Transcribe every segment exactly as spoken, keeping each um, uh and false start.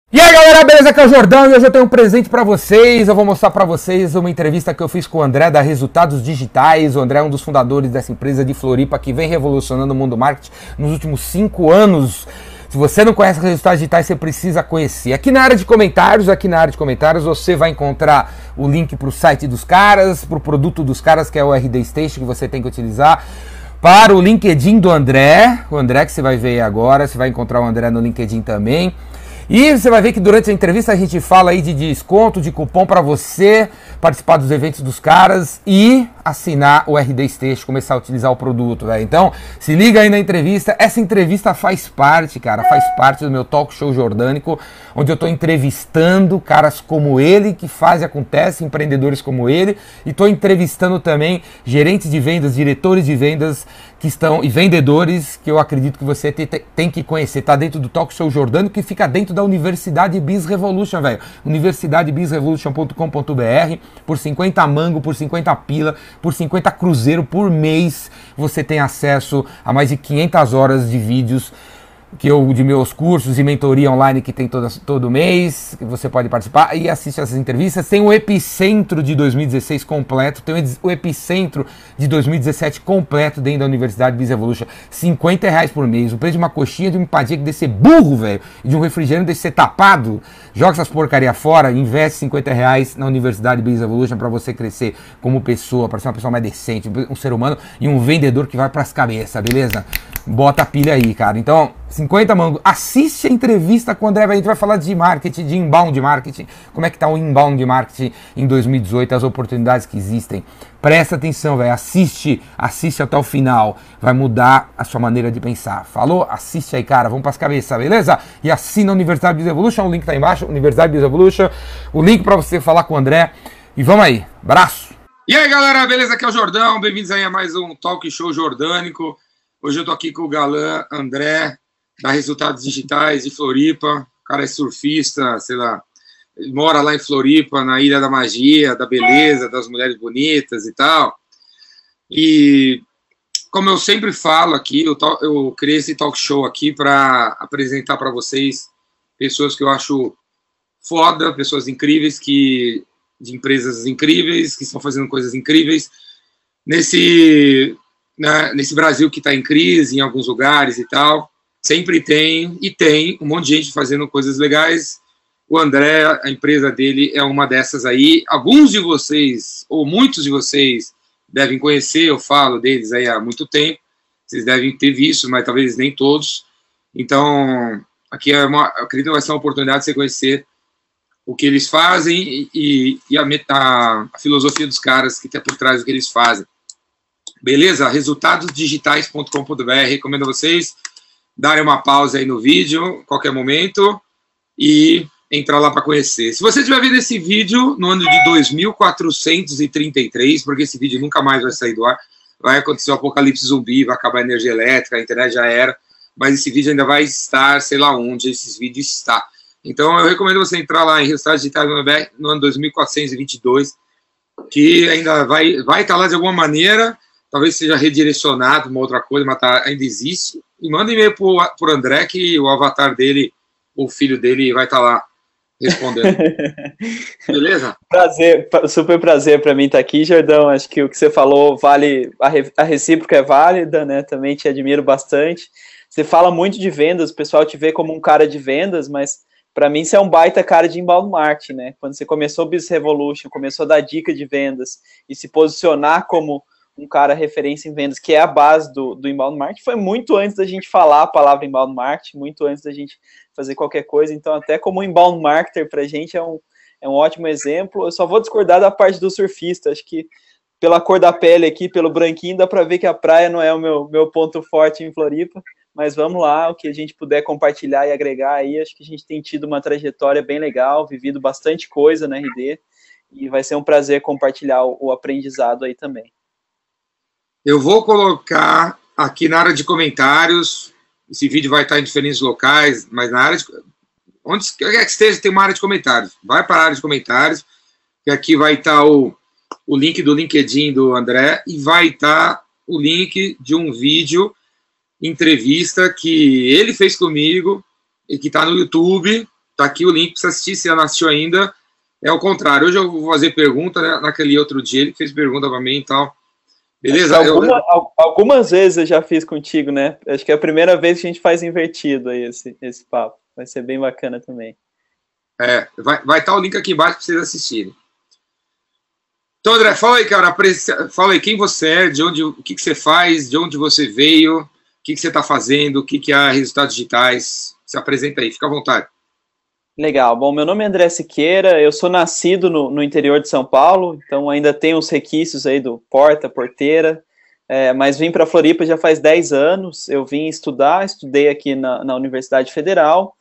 E aí galera, beleza? Aqui é o Jordão e hoje eu tenho um presente pra vocês. Eu vou mostrar pra vocês uma entrevista que eu fiz com o André da Resultados Digitais. O André é um dos fundadores dessa empresa de Floripa que vem revolucionando o mundo do marketing nos últimos cinco anos. Se você não conhece Resultados Digitais, você precisa conhecer. Aqui na área de comentários, aqui na área de comentários, você vai encontrar o link pro site dos caras, pro produto dos caras, que é o R D Station, que você tem que utilizar. Para o LinkedIn do André, o André que você vai ver agora, você vai encontrar o André no LinkedIn também. E você vai ver que durante a entrevista a gente fala aí de desconto, de cupom para você participar dos eventos dos caras e assinar o R D Station, começar a utilizar o produto, velho. Então, se liga aí na entrevista. Essa entrevista faz parte, cara, faz parte do meu talk show jordânico, onde eu tô entrevistando caras como ele, que fazem, acontece, empreendedores como ele, e tô entrevistando também gerentes de vendas, diretores de vendas que estão, e vendedores que eu acredito que você te, te, tem que conhecer. Tá dentro do talk show jordânico, que fica dentro da Universidade Biz Revolution, velho. universidade biz revolution ponto com ponto br. Por cinquenta mango, por cinquenta pila, por cinquenta cruzeiro por mês, você tem acesso a mais de quinhentas horas de vídeos que eu, de meus cursos e mentoria online que tem todo, todo mês, que você pode participar e assiste essas entrevistas. Tem o Epicentro de dois mil e dezesseis completo, tem o Epicentro de dois mil e dezessete completo dentro da Universidade Biz Revolution. cinquenta reais por mês, o preço de uma coxinha, de uma empadinha que deve ser burro, velho, e de um refrigerante deve ser tapado. Joga essas porcaria fora, investe cinquenta reais na Universidade Biz Revolution para você crescer como pessoa, para ser uma pessoa mais decente, um ser humano e um vendedor que vai pras cabeças, beleza? Bota a pilha aí, cara. Então, cinquenta mango. Assiste a entrevista com o André. A gente vai falar de marketing, de inbound marketing. Como é que tá o inbound marketing em dois mil e dezoito, as oportunidades que existem. Presta atenção, velho. Assiste, assiste até o final. Vai mudar a sua maneira de pensar. Falou? Assiste aí, cara. Vamos pras cabeças, beleza? E assina a Universidade Biz Revolution. O link tá aí embaixo. Universidade Biz Revolution. O link pra você falar com o André. E vamos aí. Abraço. E aí, galera. Beleza? Aqui é o Jordão. Bem-vindos aí a mais um Talk Show Jordânico. Hoje eu tô aqui com o galã André, da Resultados Digitais de Floripa. O cara é surfista, sei lá, ele mora lá em Floripa, na Ilha da Magia, da Beleza, das mulheres bonitas e tal. E, como eu sempre falo aqui, eu, eu criei esse talk show aqui para apresentar para vocês pessoas que eu acho foda, pessoas incríveis, que, de empresas incríveis, que estão fazendo coisas incríveis. Nesse... Nesse Brasil que está em crise, em alguns lugares e tal, sempre tem, e tem, um monte de gente fazendo coisas legais. O André, a empresa dele é uma dessas aí. Alguns de vocês, ou muitos de vocês, devem conhecer, eu falo deles aí há muito tempo, vocês devem ter visto, mas talvez nem todos. Então, aqui é uma, eu acredito que vai ser uma oportunidade de você conhecer o que eles fazem e, e a, a, a filosofia dos caras que está por trás do que eles fazem. Beleza? resultados digitais ponto com ponto br. Recomendo a vocês darem uma pausa aí no vídeo, qualquer momento, e entrar lá para conhecer. Se você estiver vendo esse vídeo no ano de dois mil quatrocentos e trinta e três, porque esse vídeo nunca mais vai sair do ar, vai acontecer o apocalipse zumbi, vai acabar a energia elétrica, a internet já era, mas esse vídeo ainda vai estar, sei lá onde esse vídeo está. Então eu recomendo você entrar lá em resultados digitais ponto com ponto br no ano dois mil quatrocentos e vinte e dois, que ainda vai, vai estar lá de alguma maneira. Talvez seja redirecionado, uma outra coisa, mas tá, ainda existe. E manda e-mail pro, pro André, que o avatar dele, o filho dele, vai estar tá lá respondendo. Beleza? Prazer, super prazer para mim estar aqui, Jordão. Acho que o que você falou vale, a, re, a recíproca é válida, né? Também te admiro bastante. Você fala muito de vendas, o pessoal te vê como um cara de vendas, mas para mim você é um baita cara de inbound marketing, né? Quando você começou o Biz Revolution, começou a dar dica de vendas e se posicionar como um cara referência em vendas, que é a base do, do inbound marketing, foi muito antes da gente falar a palavra inbound marketing, muito antes da gente fazer qualquer coisa. Então, até como inbound marketer, pra gente é um, é um ótimo exemplo. Eu só vou discordar da parte do surfista. Acho que pela cor da pele aqui, pelo branquinho, dá pra ver que a praia não é o meu, meu ponto forte em Floripa, mas vamos lá, o que a gente puder compartilhar e agregar aí. Acho que a gente tem tido uma trajetória bem legal, vivido bastante coisa na R D, e vai ser um prazer compartilhar o, o aprendizado aí também. Eu vou colocar aqui na área de comentários, esse vídeo vai estar em diferentes locais, mas na área de... onde quer que esteja, tem uma área de comentários. Vai para a área de comentários, que aqui vai estar o, o link do LinkedIn do André e vai estar o link de um vídeo, entrevista que ele fez comigo e que está no YouTube, tá aqui o link para você assistir, se não assistiu ainda. É o contrário, hoje eu vou fazer pergunta, né? Naquele outro dia ele fez pergunta para mim e tal. Beleza? Alguma, eu... Algumas vezes eu já fiz contigo, né? Acho que é a primeira vez que a gente faz invertido aí esse, esse papo. Vai ser bem bacana também. É, vai, vai estar o link aqui embaixo para vocês assistirem. Então, André, fala aí, cara, fala aí quem você é, de onde, o que, que você faz, de onde você veio, o que, que você está fazendo, o que, que é Resultados Digitais. Se apresenta aí, fica à vontade. Legal. Bom, meu nome é André Siqueira, eu sou nascido no, no interior de São Paulo, então ainda tenho os requisitos aí do porta, porteira, é, mas vim para Floripa já faz dez anos, eu vim estudar, estudei aqui na, na Universidade Federal,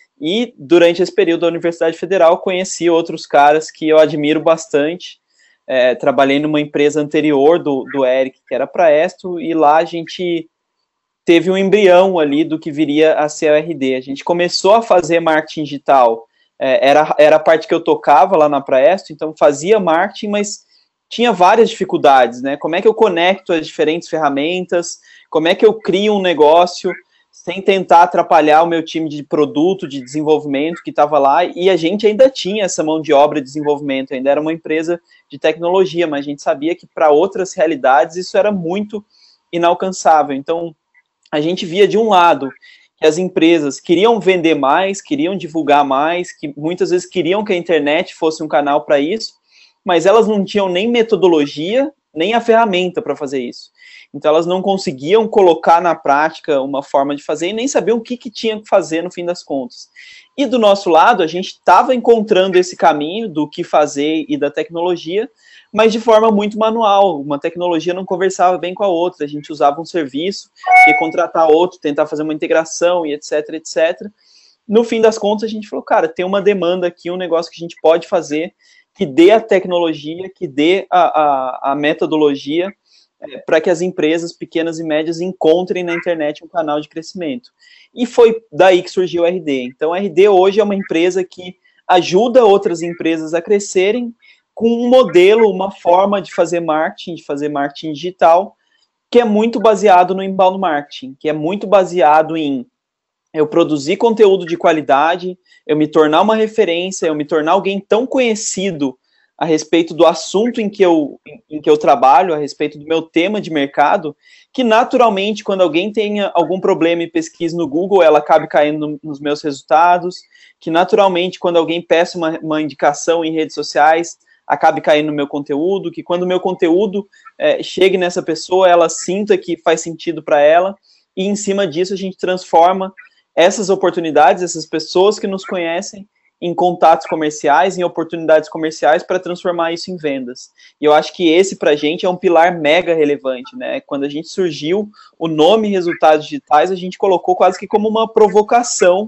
e durante esse período da Universidade Federal conheci outros caras que eu admiro bastante. É, trabalhei numa empresa anterior do, do Eric, que era a Praesto, e lá a gente teve um embrião ali do que viria a ser a R D. A gente começou a fazer marketing digital, é, era, era a parte que eu tocava lá na Praesto, então fazia marketing, mas tinha várias dificuldades, né? Como é que eu conecto as diferentes ferramentas, como é que eu crio um negócio sem tentar atrapalhar o meu time de produto, de desenvolvimento que estava lá, e a gente ainda tinha essa mão de obra de desenvolvimento, ainda era uma empresa de tecnologia, mas a gente sabia que para outras realidades isso era muito inalcançável. Então, a gente via de um lado que as empresas queriam vender mais, queriam divulgar mais, que muitas vezes queriam que a internet fosse um canal para isso, mas elas não tinham nem metodologia, nem a ferramenta para fazer isso. Então, elas não conseguiam colocar na prática uma forma de fazer e nem sabiam o que, que tinha que fazer no fim das contas. E do nosso lado, a gente estava encontrando esse caminho do que fazer e da tecnologia, mas de forma muito manual. Uma tecnologia não conversava bem com a outra, a gente usava um serviço, ia contratar outro, tentar fazer uma integração e etc, etcétera. No fim das contas, a gente falou, cara, tem uma demanda aqui, um negócio que a gente pode fazer, que dê a tecnologia, que dê a, a, a metodologia, é, para que as empresas pequenas e médias encontrem na internet um canal de crescimento. E foi daí que surgiu a R D. Então, a R D hoje é uma empresa que ajuda outras empresas a crescerem com um modelo, uma forma de fazer marketing, de fazer marketing digital, que é muito baseado no inbound marketing, que é muito baseado em eu produzir conteúdo de qualidade, eu me tornar uma referência, eu me tornar alguém tão conhecido a respeito do assunto em que, eu, em que eu trabalho, a respeito do meu tema de mercado, que naturalmente, quando alguém tenha algum problema e pesquise no Google, ela acabe caindo no, nos meus resultados, que naturalmente, quando alguém peça uma, uma indicação em redes sociais, acabe caindo no meu conteúdo, que quando o meu conteúdo é, chegue nessa pessoa, ela sinta que faz sentido para ela, e em cima disso a gente transforma essas oportunidades, essas pessoas que nos conhecem, em contatos comerciais, em oportunidades comerciais para transformar isso em vendas. E eu acho que esse, para a gente, é um pilar mega relevante, né? Quando a gente surgiu, o nome Resultados Digitais, a gente colocou quase que como uma provocação,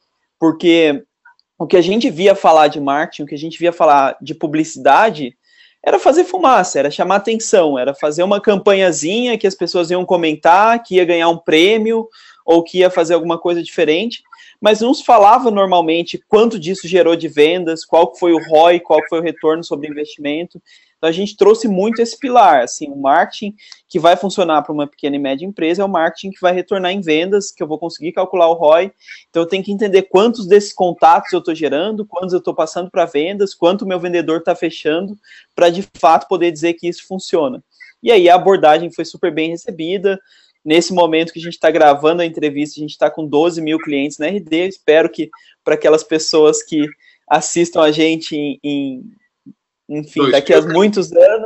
porque o que a gente via falar de marketing, o que a gente via falar de publicidade, era fazer fumaça, era chamar atenção, era fazer uma campanhazinha que as pessoas iam comentar, que ia ganhar um prêmio, ou que ia fazer alguma coisa diferente, mas não se falava normalmente quanto disso gerou de vendas, qual foi o R O I, qual foi o retorno sobre investimento. Então, a gente trouxe muito esse pilar, assim, o marketing que vai funcionar para uma pequena e média empresa é o marketing que vai retornar em vendas, que eu vou conseguir calcular o R O I, então eu tenho que entender quantos desses contatos eu estou gerando, quantos eu estou passando para vendas, quanto o meu vendedor está fechando, para de fato poder dizer que isso funciona. E aí a abordagem foi super bem recebida. Nesse momento que a gente está gravando a entrevista, a gente está com doze mil clientes na R D. Espero que para aquelas pessoas que assistam a gente em, em enfim, daqui a muitos anos,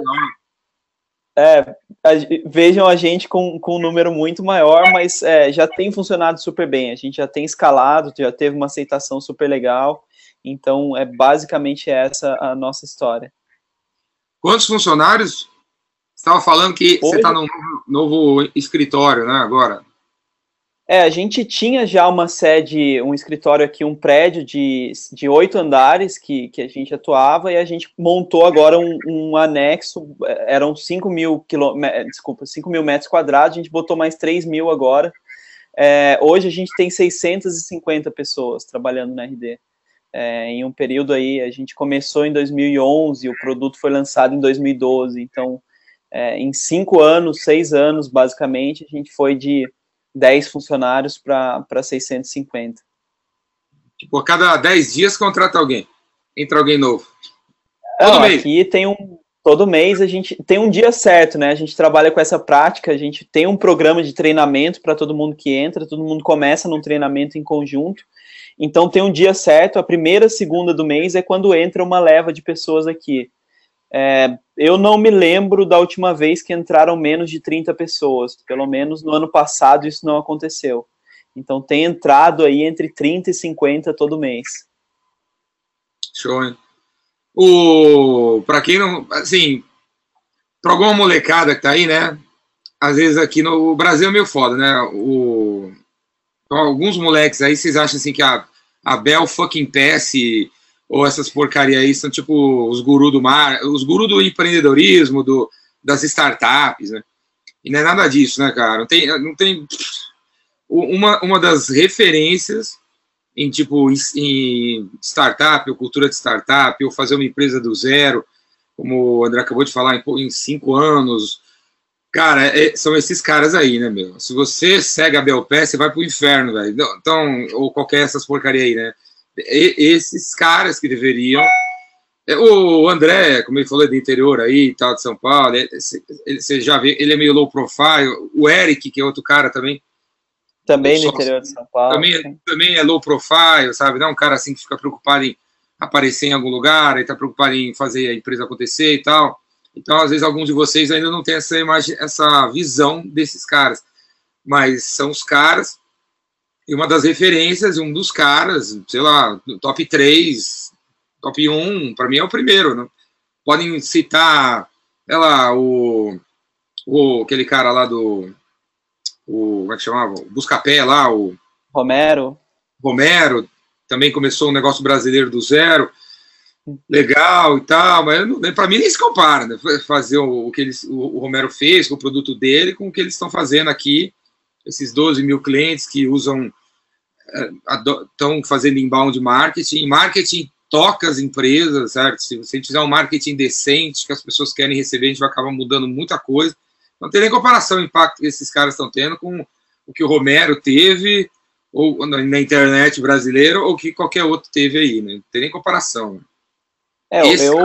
é, a, vejam a gente com, com um número muito maior, mas é, já tem funcionado super bem. A gente já tem escalado, já teve uma aceitação super legal. Então, é basicamente essa a nossa história. Quantos funcionários? Você estava falando que Hoje, você está num novo, novo escritório, né, agora? É, a gente tinha já uma sede, um escritório aqui, um prédio de, de oito andares que, que a gente atuava, e a gente montou agora um, um anexo, eram cinco mil, quilô, desculpa, cinco mil metros quadrados, a gente botou mais três mil agora. É, hoje a gente tem seiscentas e cinquenta pessoas trabalhando na R D. É, em um período aí, a gente começou em dois mil e onze, o produto foi lançado em dois mil e doze, então... É, em cinco anos, seis anos, basicamente, a gente foi de dez funcionários para seiscentos e cinquenta. Tipo, a cada dez dias contrata alguém. Entra alguém novo. Todo Não, mês. Aqui tem um... Todo mês a gente tem um dia certo, né? A gente trabalha com essa prática, a gente tem um programa de treinamento para todo mundo que entra, todo mundo começa num treinamento em conjunto. Então tem um dia certo, a primeira, segunda do mês é quando entra uma leva de pessoas aqui. É, eu não me lembro da última vez que entraram menos de trinta pessoas, pelo menos no ano passado isso não aconteceu. Então tem entrado aí entre trinta e cinquenta todo mês. Show, hein? O, pra quem não, assim, pra alguma molecada que tá aí, né, às vezes aqui no Brasil é meio foda, né, o, então, alguns moleques aí, vocês acham assim que a, a Bel fucking Pass ou essas porcaria aí são tipo os gurus do mar, os gurus do empreendedorismo, do, das startups, né, e não é nada disso, né, cara, não tem, não tem, uma, uma das referências em tipo em startup, ou cultura de startup, ou fazer uma empresa do zero, como o André acabou de falar, em, em cinco anos. Cara, é, são esses caras aí, né, meu? Se você segue a Belpé, você vai pro inferno, velho. Então, ou qualquer essas porcaria aí, né? E, esses caras que deveriam... O André, como ele falou, é do interior aí, tal, de São Paulo, ele, ele, você já vê, ele é meio low profile. O Eric, que é outro cara também, Também no interior de São Paulo. Também, também é low profile, sabe? Não é um cara assim que fica preocupado em aparecer em algum lugar, e está preocupado em fazer a empresa acontecer e tal. Então, às vezes, alguns de vocês ainda não têm essa, imagem, essa visão desses caras. Mas são os caras, e uma das referências, um dos caras, sei lá, top três, top um, para mim é o primeiro. Né? Podem citar, sei lá, o, o, aquele cara lá do... o, como é que chamava? O Buscapé lá, o... Romero. Romero, também começou um negócio brasileiro do zero, legal e tal, mas para mim nem se compara, né? Fazer o, o que eles, o, o Romero fez com o produto dele, com o que eles estão fazendo aqui, esses doze mil clientes que usam, estão fazendo inbound marketing, marketing toca as empresas, certo? Se você fizer um marketing decente, que as pessoas querem receber, a gente vai acabar mudando muita coisa. Não tem nem comparação o impacto que esses caras estão tendo com o que o Romero teve ou na internet brasileira ou que qualquer outro teve aí, né? Não tem nem comparação. É, Esse eu...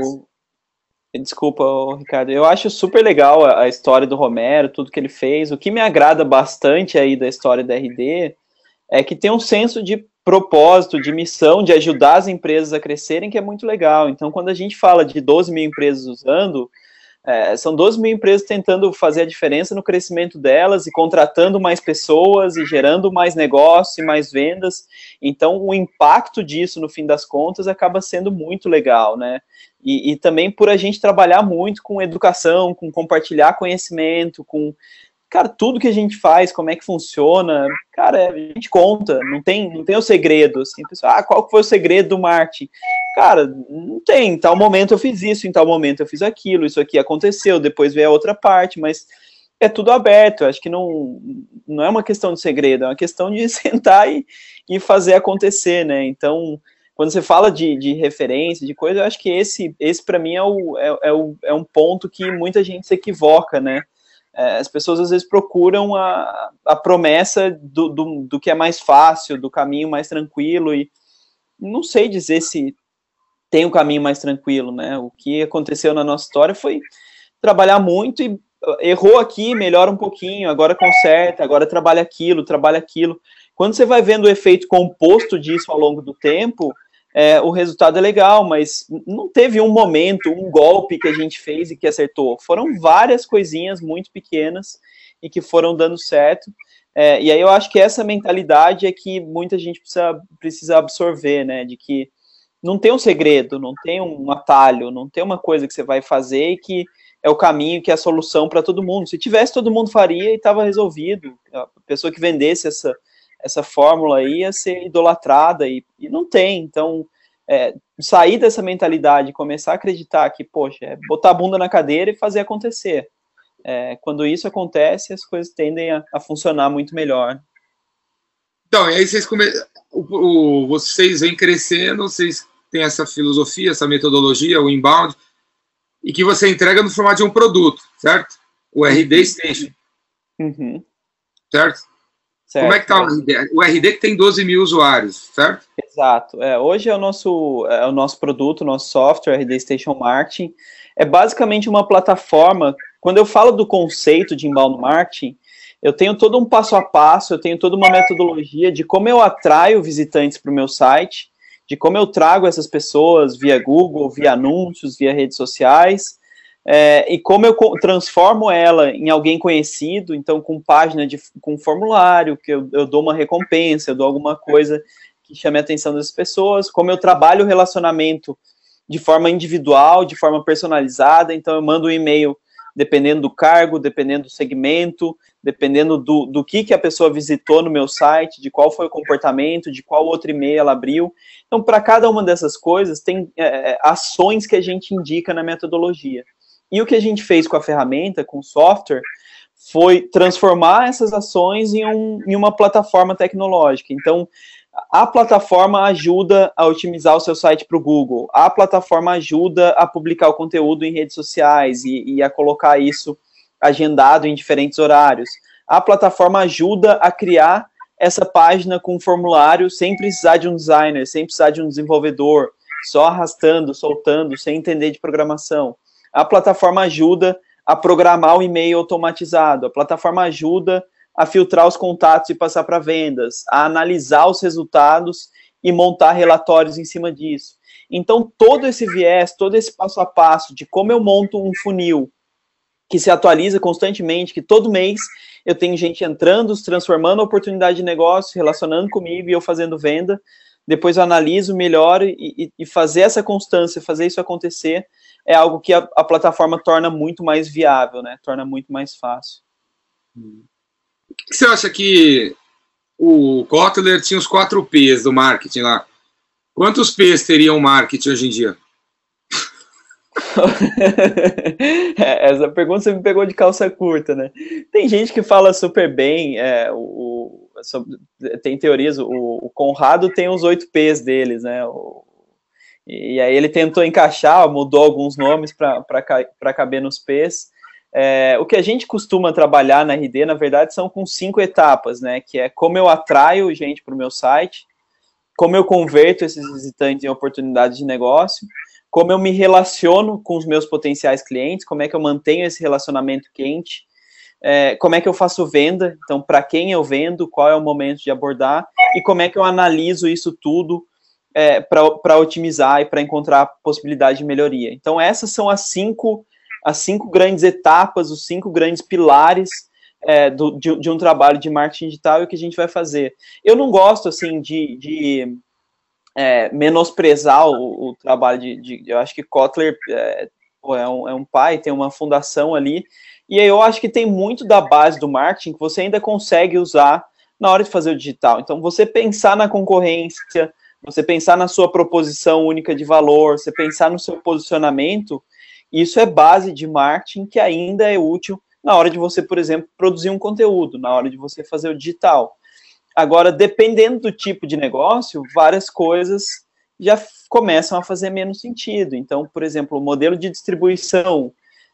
Cara... Desculpa, Ricardo. Eu acho super legal a, a história do Romero, tudo que ele fez. O que me agrada bastante aí da história da R D é que tem um senso de propósito, de missão, de ajudar as empresas a crescerem, que é muito legal. Então, quando a gente fala de doze mil empresas usando... É, são doze mil empresas tentando fazer a diferença no crescimento delas e contratando mais pessoas e gerando mais negócio e mais vendas. Então, o impacto disso, no fim das contas, acaba sendo muito legal, né? E, e também por a gente trabalhar muito com educação, com compartilhar conhecimento, com... Cara, tudo que a gente faz, como é que funciona, cara, a gente conta, não tem, não tem o segredo, assim, pessoal, ah, qual foi o segredo do marketing? Cara, não tem, em tal momento eu fiz isso, em tal momento eu fiz aquilo, isso aqui aconteceu, depois veio a outra parte, mas é tudo aberto, acho que não, não é uma questão de segredo, é uma questão de sentar e, e fazer acontecer, né, então... Quando você fala de, de referência, de coisa, eu acho que esse, esse para mim, é, o, é, é, o, é um ponto que muita gente se equivoca, né? É, as pessoas, às vezes, procuram a, a promessa do, do, do que é mais fácil, do caminho mais tranquilo, e não sei dizer se tem um caminho mais tranquilo, né? O que aconteceu na nossa história foi trabalhar muito e errou aqui, melhora um pouquinho, agora conserta, agora trabalha aquilo, trabalha aquilo. Quando você vai vendo o efeito composto disso ao longo do tempo... É, o resultado é legal, mas não teve um momento, um golpe que a gente fez e que acertou. Foram várias coisinhas muito pequenas e que foram dando certo. É, e aí eu acho que essa mentalidade é que muita gente precisa, precisa absorver, né? De que não tem um segredo, não tem um atalho, não tem uma coisa que você vai fazer e que é o caminho, que é a solução para todo mundo. Se tivesse, todo mundo faria e estava resolvido. A pessoa que vendesse essa... essa fórmula aí ia ser idolatrada e, e não tem, então é, sair dessa mentalidade, começar a acreditar que, poxa, é botar a bunda na cadeira e fazer acontecer. É, quando isso acontece, as coisas tendem a, a funcionar muito melhor. Então, e aí vocês, come... o, o, vocês vêm crescendo, vocês têm essa filosofia, essa metodologia, o inbound, e que você entrega no formato de um produto, certo? O R D Station. Uhum. Certo? Certo. Como é que está o R D? O R D que tem doze mil usuários, certo? Exato. É, hoje é o nosso, é o nosso produto, o nosso software, R D Station Marketing. É basicamente uma plataforma. Quando eu falo do conceito de inbound marketing, eu tenho todo um passo a passo, eu tenho toda uma metodologia de como eu atraio visitantes para o meu site, de como eu trago essas pessoas via Google, via anúncios, via redes sociais, é, e como eu transformo ela em alguém conhecido, então com página, de, com formulário, que eu, eu dou uma recompensa, eu dou alguma coisa que chame a atenção das pessoas, como eu trabalho o relacionamento de forma individual, de forma personalizada, então eu mando um e-mail dependendo do cargo, dependendo do segmento, dependendo do, do que, que a pessoa visitou no meu site, de qual foi o comportamento, de qual outro e-mail ela abriu. Então, para cada uma dessas coisas, tem é, ações que a gente indica na metodologia. E o que a gente fez com a ferramenta, com o software, foi transformar essas ações em, um, em uma plataforma tecnológica. Então, a plataforma ajuda a otimizar o seu site para o Google, a plataforma ajuda a publicar o conteúdo em redes sociais e, e a colocar isso agendado em diferentes horários. A plataforma ajuda a criar essa página com formulário sem precisar de um designer, sem precisar de um desenvolvedor, só arrastando, soltando, sem entender de programação. A plataforma ajuda a programar o e-mail automatizado, a plataforma ajuda a filtrar os contatos e passar para vendas, a analisar os resultados e montar relatórios em cima disso. Então, todo esse viés, todo esse passo a passo de como eu monto um funil que se atualiza constantemente, que todo mês eu tenho gente entrando, se transformando a oportunidade de negócio, relacionando comigo e eu fazendo venda, depois eu analiso melhor e, e fazer essa constância, fazer isso acontecer, é algo que a, a plataforma torna muito mais viável, né? Torna muito mais fácil. Hum. O que você acha que o Kotler tinha os quatro P's do marketing lá? Quantos P's teria o marketing hoje em dia? Essa pergunta você me pegou de calça curta, né? Tem gente que fala super bem, é, o, sobre, tem teorias, o, o Conrado tem os oito P's deles, né? O, e aí ele tentou encaixar, mudou alguns nomes para caber nos P's. É, o que a gente costuma trabalhar na R D, na verdade, são com cinco etapas, né? Que é como eu atraio gente para o meu site, como eu converto esses visitantes em oportunidades de negócio, como eu me relaciono com os meus potenciais clientes, como é que eu mantenho esse relacionamento quente, é, como é que eu faço venda, então, para quem eu vendo, qual é o momento de abordar, e como é que eu analiso isso tudo é, para otimizar e para encontrar possibilidade de melhoria. Então, essas são as cinco, as cinco grandes etapas, os cinco grandes pilares é, do, de, de um trabalho de marketing digital e o que a gente vai fazer. Eu não gosto, assim, de... de É, menosprezar o, o trabalho de, de... Eu acho que Kotler é, é, um, é um pai, tem uma fundação ali, e aí eu acho que tem muito da base do marketing que você ainda consegue usar na hora de fazer o digital. Então, você pensar na concorrência, você pensar na sua proposição única de valor, você pensar no seu posicionamento, isso é base de marketing que ainda é útil na hora de você, por exemplo, produzir um conteúdo, na hora de você fazer o digital. Agora, dependendo do tipo de negócio, várias coisas já começam a fazer menos sentido. Então, por exemplo, o modelo de distribuição,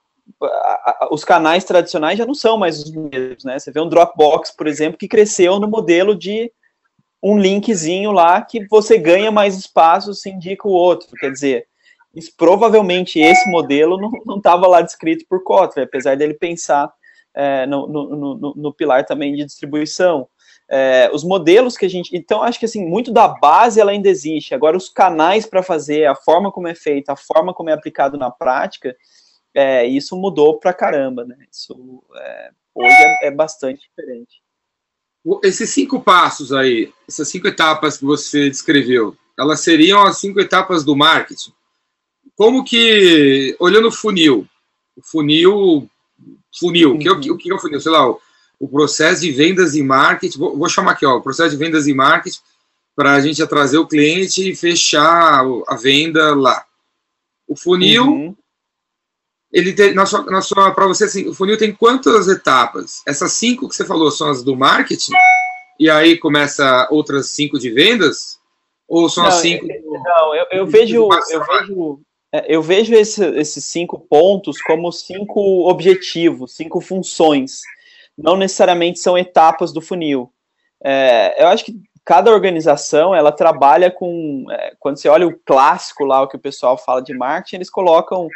os canais tradicionais já não são mais os mesmos, né? Você vê um Dropbox, por exemplo, que cresceu no modelo de um linkzinho lá que você ganha mais espaço, se indica o outro. Quer dizer, isso, provavelmente esse modelo não estava lá descrito por Kotler, apesar dele pensar é, no, no, no, no pilar também de distribuição. É, os modelos que a gente... Então, acho que assim, muito da base ela ainda existe. Agora, os canais para fazer, a forma como é feito, a forma como é aplicado na prática, é, isso mudou pra caramba, né? Isso é, hoje é, é bastante diferente. Esses cinco passos aí, essas cinco etapas que você descreveu, elas seriam as cinco etapas do marketing. Como que, olhando o funil, o funil, funil, uhum. que, o, o que é o funil? Sei lá, o o processo de vendas e marketing, vou, vou chamar aqui, ó, o processo de vendas e marketing, para a gente trazer o cliente e fechar a venda lá. O funil, uhum. ele tem, na sua, na sua, para você, assim, o funil tem quantas etapas? Essas cinco que você falou são as do marketing, e aí começa outras cinco de vendas? Ou são não, as cinco? Não, eu, eu vejo, eu vejo, eu vejo esse, esses cinco pontos como cinco objetivos, cinco funções. Não necessariamente são etapas do funil. É, eu acho que cada organização, ela trabalha com, é, quando você olha o clássico lá, o que o pessoal fala de marketing, eles colocam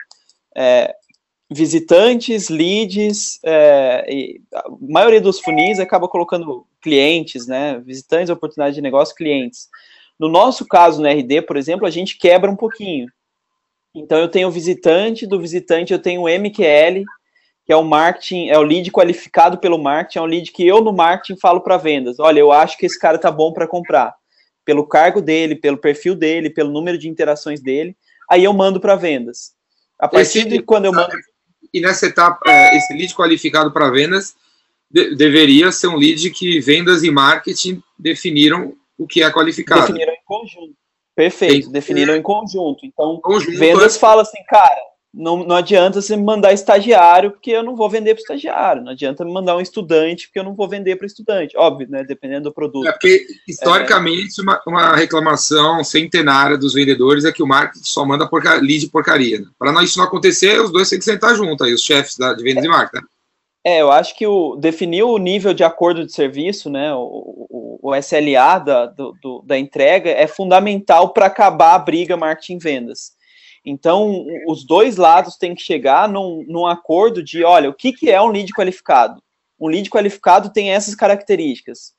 é, visitantes, leads, é, e a maioria dos funis acaba colocando clientes, né, visitantes, oportunidade de negócio, clientes. No nosso caso, no R D, por exemplo, a gente quebra um pouquinho. Então, eu tenho o visitante, do visitante eu tenho o M Q L, que é o marketing, é o lead qualificado pelo marketing, é um lead que eu no marketing falo para vendas. Olha, eu acho que esse cara tá bom para comprar, pelo cargo dele, pelo perfil dele, pelo número de interações dele. Aí eu mando para vendas. A partir esse, de quando eu mando... E nessa etapa, esse lead qualificado para vendas de, deveria ser um lead que vendas e marketing definiram o que é qualificado. Definiram em conjunto. Perfeito, Tem, definiram é, em conjunto. Então, conjunto, vendas é... fala assim, cara, não, não adianta você me mandar estagiário, porque eu não vou vender para estagiário. Não adianta me mandar um estudante, porque eu não vou vender para estudante. Óbvio, né? Dependendo do produto. É porque, historicamente, é... uma, uma reclamação centenária dos vendedores é que o marketing só manda porca, lead porcaria. Né? Para isso não acontecer, os dois têm que sentar junto, aí, os chefes da, de vendas é. e marketing. Né? É, eu acho que o, definir o nível de acordo de serviço, né, o, o, o S L A da, do, do, da entrega é fundamental para acabar a briga marketing-vendas. Então, os dois lados têm que chegar num, num acordo de, olha, o que, que é um lead qualificado? Um lead qualificado tem essas características.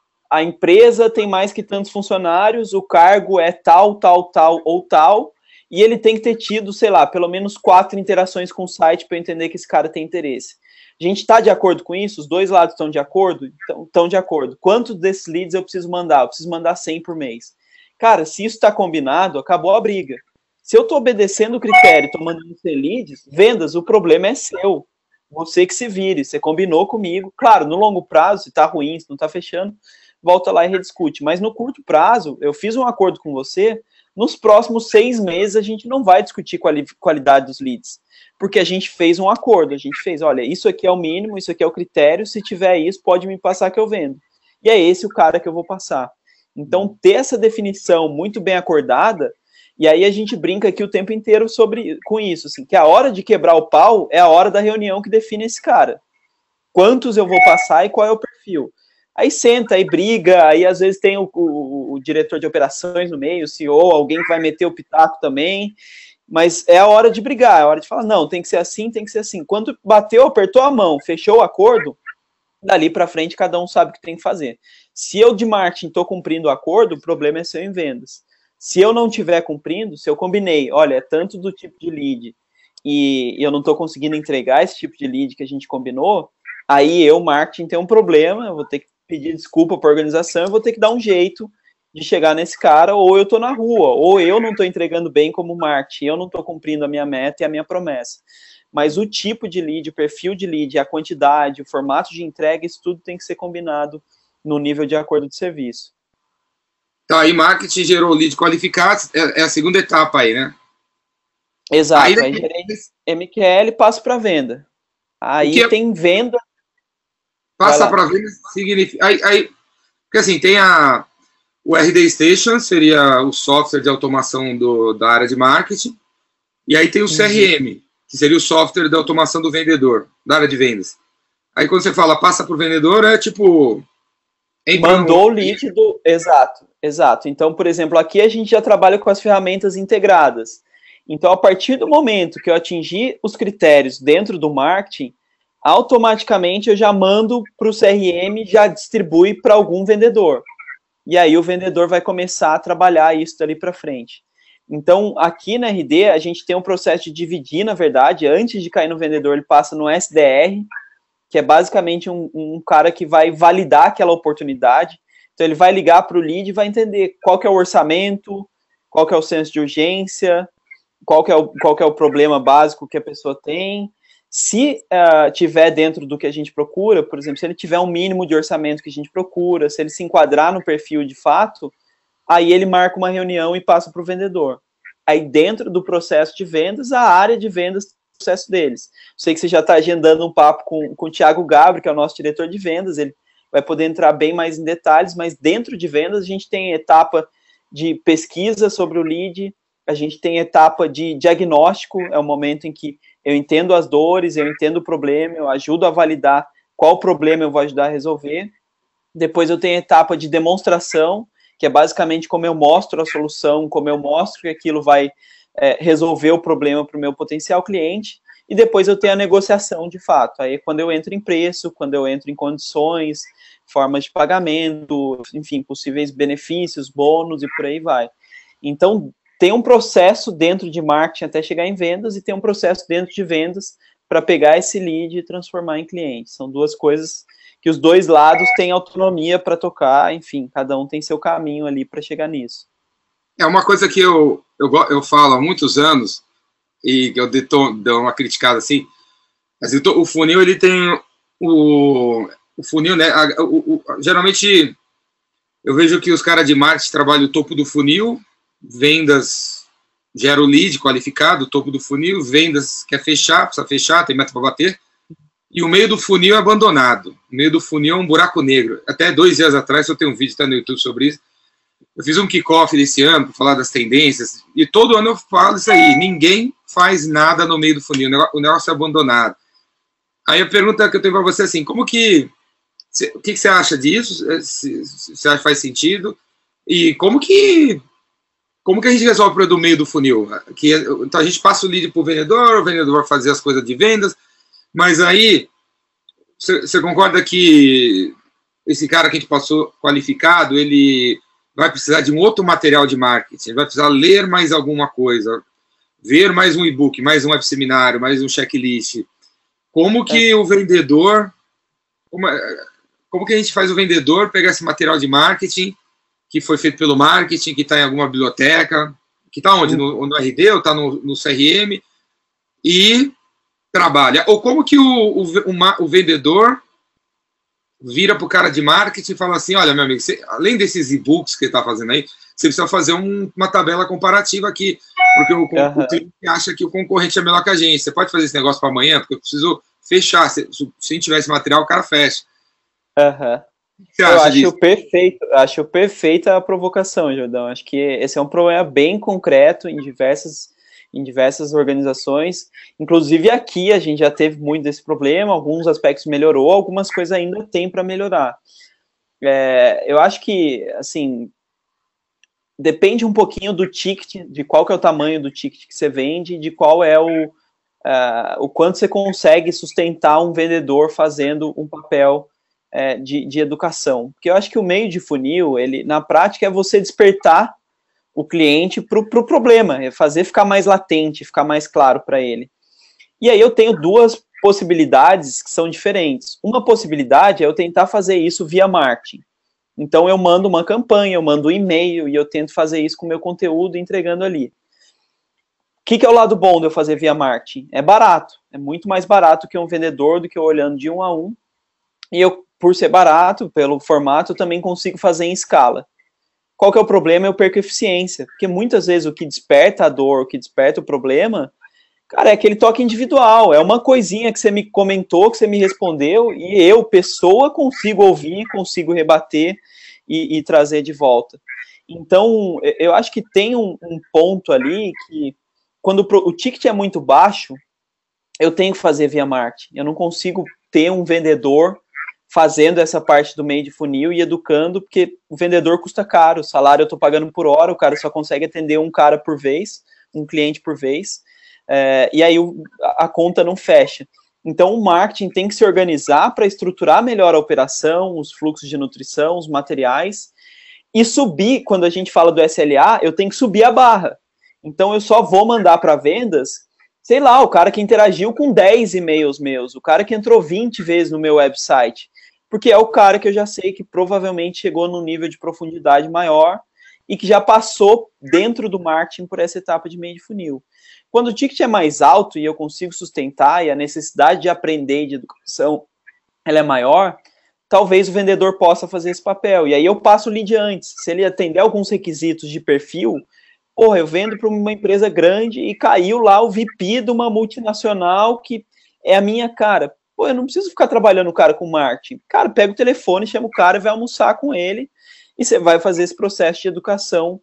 A empresa tem mais que tantos funcionários, o cargo é tal, tal, tal ou tal, e ele tem que ter tido, sei lá, pelo menos quatro interações com o site para eu entender que esse cara tem interesse. A gente está de acordo com isso? Os dois lados estão de acordo? Estão de acordo. Quantos desses leads eu preciso mandar? Eu preciso mandar cem por mês. Cara, se isso está combinado, acabou a briga. Se eu estou obedecendo o critério, estou mandando ser leads, vendas, o problema é seu. Você que se vire, você combinou comigo. Claro, no longo prazo, se está ruim, se não está fechando, volta lá e rediscute. Mas no curto prazo, eu fiz um acordo com você, nos próximos seis meses a gente não vai discutir quali- qualidade dos leads. Porque a gente fez um acordo, a gente fez, olha, isso aqui é o mínimo, isso aqui é o critério, se tiver isso, pode me passar que eu vendo. E é esse o cara que eu vou passar. Então, ter essa definição muito bem acordada, e aí a gente brinca aqui o tempo inteiro sobre, com isso, assim, que a hora de quebrar o pau é a hora da reunião que define esse cara. Quantos eu vou passar e qual é o perfil. Aí senta, aí briga, aí às vezes tem o, o, o diretor de operações no meio, o C E O, alguém que vai meter o pitaco também, mas é a hora de brigar, é a hora de falar, não, tem que ser assim, tem que ser assim. Quando bateu, apertou a mão, fechou o acordo, dali para frente cada um sabe o que tem que fazer. Se eu de marketing estou cumprindo o acordo, o problema é seu em vendas. Se eu não estiver cumprindo, se eu combinei, olha, é tanto do tipo de lead e eu não estou conseguindo entregar esse tipo de lead que a gente combinou, aí eu, marketing, tenho um problema, eu vou ter que pedir desculpa para a organização, eu vou ter que dar um jeito de chegar nesse cara, ou eu tô na rua, ou eu não tô entregando bem como marketing, eu não tô cumprindo a minha meta e a minha promessa. Mas o tipo de lead, o perfil de lead, a quantidade, o formato de entrega, isso tudo tem que ser combinado no nível de acordo de serviço. Então, aí marketing gerou lead qualificado, é, é a segunda etapa aí, né? Exato, aí, aí gerei M Q L, passo para venda. Aí é... tem venda... Passa para venda significa... Aí, aí, porque assim, tem a... O R D Station seria o software de automação do, da área de marketing. E aí tem o C R M, que seria o software de automação do vendedor, da área de vendas. Aí quando você fala passa para o vendedor, é tipo... Mandou o lead do... Exato, exato. Então, por exemplo, aqui a gente já trabalha com as ferramentas integradas. Então, a partir do momento que eu atingir os critérios dentro do marketing, automaticamente eu já mando para o C R M, já distribui para algum vendedor. E aí o vendedor vai começar a trabalhar isso dali para frente. Então, aqui na R D, a gente tem um processo de dividir, na verdade, antes de cair no vendedor, ele passa no S D R, que é basicamente um, um cara que vai validar aquela oportunidade. Então, ele vai ligar para o lead e vai entender qual que é o orçamento, qual que é o senso de urgência, qual que é o, qual que é o problema básico que a pessoa tem. Se uh, tiver dentro do que a gente procura, por exemplo, se ele tiver um mínimo de orçamento que a gente procura, se ele se enquadrar no perfil de fato, aí ele marca uma reunião e passa para o vendedor. Aí dentro do processo de vendas, a área de vendas, o processo deles. Sei que você já está agendando um papo com, com o Thiago Gabri, que é o nosso diretor de vendas, ele vai poder entrar bem mais em detalhes, mas dentro de vendas a gente tem etapa de pesquisa sobre o lead, a gente tem etapa de diagnóstico, é o momento em que eu entendo as dores, eu entendo o problema, eu ajudo a validar qual problema eu vou ajudar a resolver. Depois eu tenho a etapa de demonstração, que é basicamente como eu mostro a solução, como eu mostro que aquilo vai é, resolver o problema para o meu potencial cliente. E depois eu tenho a negociação de fato. Aí é quando eu entro em preço, quando eu entro em condições, formas de pagamento, enfim, possíveis benefícios, bônus e por aí vai. Então, tem um processo dentro de marketing até chegar em vendas e tem um processo dentro de vendas para pegar esse lead e transformar em cliente. São duas coisas que os dois lados têm autonomia para tocar, enfim, cada um tem seu caminho ali para chegar nisso. É uma coisa que eu, eu, eu falo há muitos anos, e que eu dou uma criticada assim, mas o funil, ele tem o, o funil, né, a, o, o, geralmente eu vejo que os caras de marketing trabalham o topo do funil, vendas gera o lead qualificado, o topo do funil, vendas quer fechar, precisa fechar, tem meta para bater, e o meio do funil é abandonado, o meio do funil é um buraco negro. Até dois dias atrás, eu tenho um vídeo tá no YouTube sobre isso, eu fiz um kickoff desse ano para falar das tendências, e todo ano eu falo isso aí, ninguém faz nada no meio do funil, o negócio é abandonado. Aí a pergunta que eu tenho para você é assim, como que, o que, que você acha disso? Se, se você acha que faz sentido? E como que, como que a gente resolve o problema do meio do funil? Que, então a gente passa o lead para o vendedor, o vendedor vai fazer as coisas de vendas, mas aí, você, você concorda que esse cara que a gente passou qualificado, ele vai precisar de um outro material de marketing, ele vai precisar ler mais alguma coisa, ver mais um e-book, mais um web seminário, mais um checklist. Como que é. o vendedor, como, como que a gente faz o vendedor pegar esse material de marketing que foi feito pelo marketing, que está em alguma biblioteca, que está onde? No, no R D ou está no, no C R M, e trabalha. Ou como que o, o, o, o vendedor vira para o cara de marketing e fala assim, olha, meu amigo, você, além desses e-books que ele está fazendo aí, você precisa fazer um, uma tabela comparativa aqui, porque o, uhum. o cliente acha que o concorrente é melhor que a gente. Você pode fazer esse negócio para amanhã, porque eu preciso fechar. Se, se a gente tiver esse material, o cara fecha. Uhum. O que você acha eu acho disso? Perfeito, acho perfeita a provocação, Jordão. Acho que esse é um problema bem concreto em diversas, em diversas organizações. Inclusive aqui a gente já teve muito desse problema, alguns aspectos melhorou, algumas coisas ainda tem para melhorar. É, eu acho que, assim, depende um pouquinho do ticket, de qual que é o tamanho do ticket que você vende, de qual é o, uh, o quanto você consegue sustentar um vendedor fazendo um papel uh, de, de educação. Porque eu acho que o meio de funil, ele, na prática, é você despertar o cliente para o pro problema, é fazer ficar mais latente, ficar mais claro para ele. E aí eu tenho duas possibilidades que são diferentes. Uma possibilidade é eu tentar fazer isso via marketing. Então eu mando uma campanha, eu mando um e-mail e eu tento fazer isso com o meu conteúdo entregando ali. O que, que é o lado bom de eu fazer via marketing? É barato, é muito mais barato que um vendedor do que eu olhando de um a um. E eu, por ser barato, pelo formato, eu também consigo fazer em escala. Qual que é o problema? Eu perco eficiência, porque muitas vezes o que desperta a dor, o que desperta o problema, cara, é aquele toque individual, é uma coisinha que você me comentou, que você me respondeu, e eu, pessoa, consigo ouvir, consigo rebater e, e trazer de volta. Então, eu acho que tem um, um ponto ali que, quando o, o ticket é muito baixo, eu tenho que fazer via marketing. Eu não consigo ter um vendedor fazendo essa parte do meio de funil e educando, porque o vendedor custa caro, o salário eu estou pagando por hora, o cara só consegue atender um cara por vez, um cliente por vez, é, e aí o, a conta não fecha. Então o marketing tem que se organizar para estruturar melhor a operação, os fluxos de nutrição, os materiais, e subir, quando a gente fala do S L A, eu tenho que subir a barra. Então eu só vou mandar para vendas, sei lá, o cara que interagiu com dez e-mails meus, o cara que entrou vinte vezes no meu website, porque é o cara que eu já sei que provavelmente chegou num nível de profundidade maior e que já passou dentro do marketing por essa etapa de meio de funil. Quando o ticket é mais alto e eu consigo sustentar e a necessidade de aprender e de educação ela é maior, talvez o vendedor possa fazer esse papel. E aí eu passo o lead antes. Se ele atender alguns requisitos de perfil, porra, eu vendo para uma empresa grande e caiu lá o V P de uma multinacional que é a minha cara. Pô, eu não preciso ficar trabalhando o cara com marketing. Cara, pega o telefone, chama o cara e vai almoçar com ele e você vai fazer esse processo de educação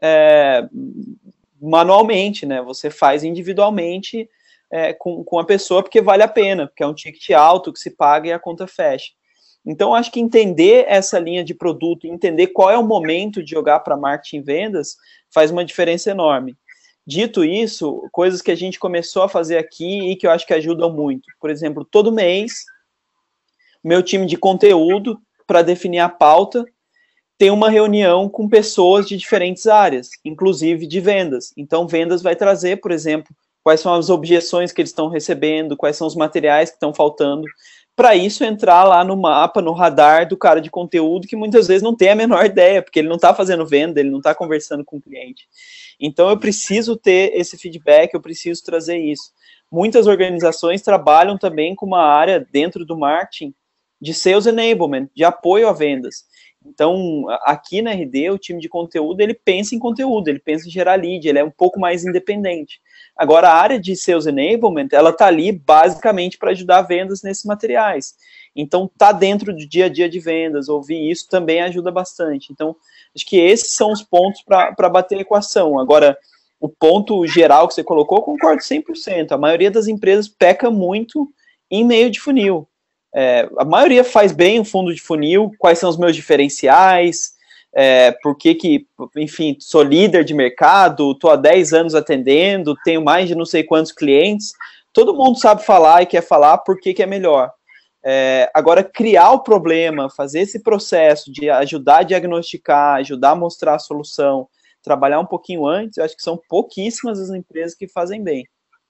é, manualmente, né? Você faz individualmente é, com, com a pessoa porque vale a pena, porque é um ticket alto que se paga e a conta fecha. Então, acho que entender essa linha de produto, entender qual é o momento de jogar para marketing e vendas, faz uma diferença enorme. Dito isso, coisas que a gente começou a fazer aqui e que eu acho que ajudam muito. Por exemplo, todo mês, meu time de conteúdo, para definir a pauta, tem uma reunião com pessoas de diferentes áreas, inclusive de vendas. Então, vendas vai trazer, por exemplo, quais são as objeções que eles estão recebendo, quais são os materiais que estão faltando, para isso entrar lá no mapa, no radar do cara de conteúdo, que muitas vezes não tem a menor ideia, porque ele não está fazendo venda, ele não está conversando com o cliente. Então, eu preciso ter esse feedback, eu preciso trazer isso. Muitas organizações trabalham também com uma área dentro do marketing de sales enablement, de apoio a vendas. Então, aqui na R D, o time de conteúdo, ele pensa em conteúdo, ele pensa em gerar lead, ele é um pouco mais independente. Agora, a área de Sales Enablement, ela está ali basicamente para ajudar vendas nesses materiais. Então, tá dentro do dia a dia de vendas, ouvir isso também ajuda bastante. Então, acho que esses são os pontos para bater a equação. Agora, o ponto geral que você colocou, concordo cem por cento. A maioria das empresas peca muito em meio de funil. É, a maioria faz bem o fundo de funil, quais são os meus diferenciais, é, por que que, enfim, sou líder de mercado, estou há dez anos atendendo, tenho mais de não sei quantos clientes, todo mundo sabe falar e quer falar por que que é melhor. É, agora, criar o problema, fazer esse processo de ajudar a diagnosticar, ajudar a mostrar a solução, trabalhar um pouquinho antes, eu acho que são pouquíssimas as empresas que fazem bem.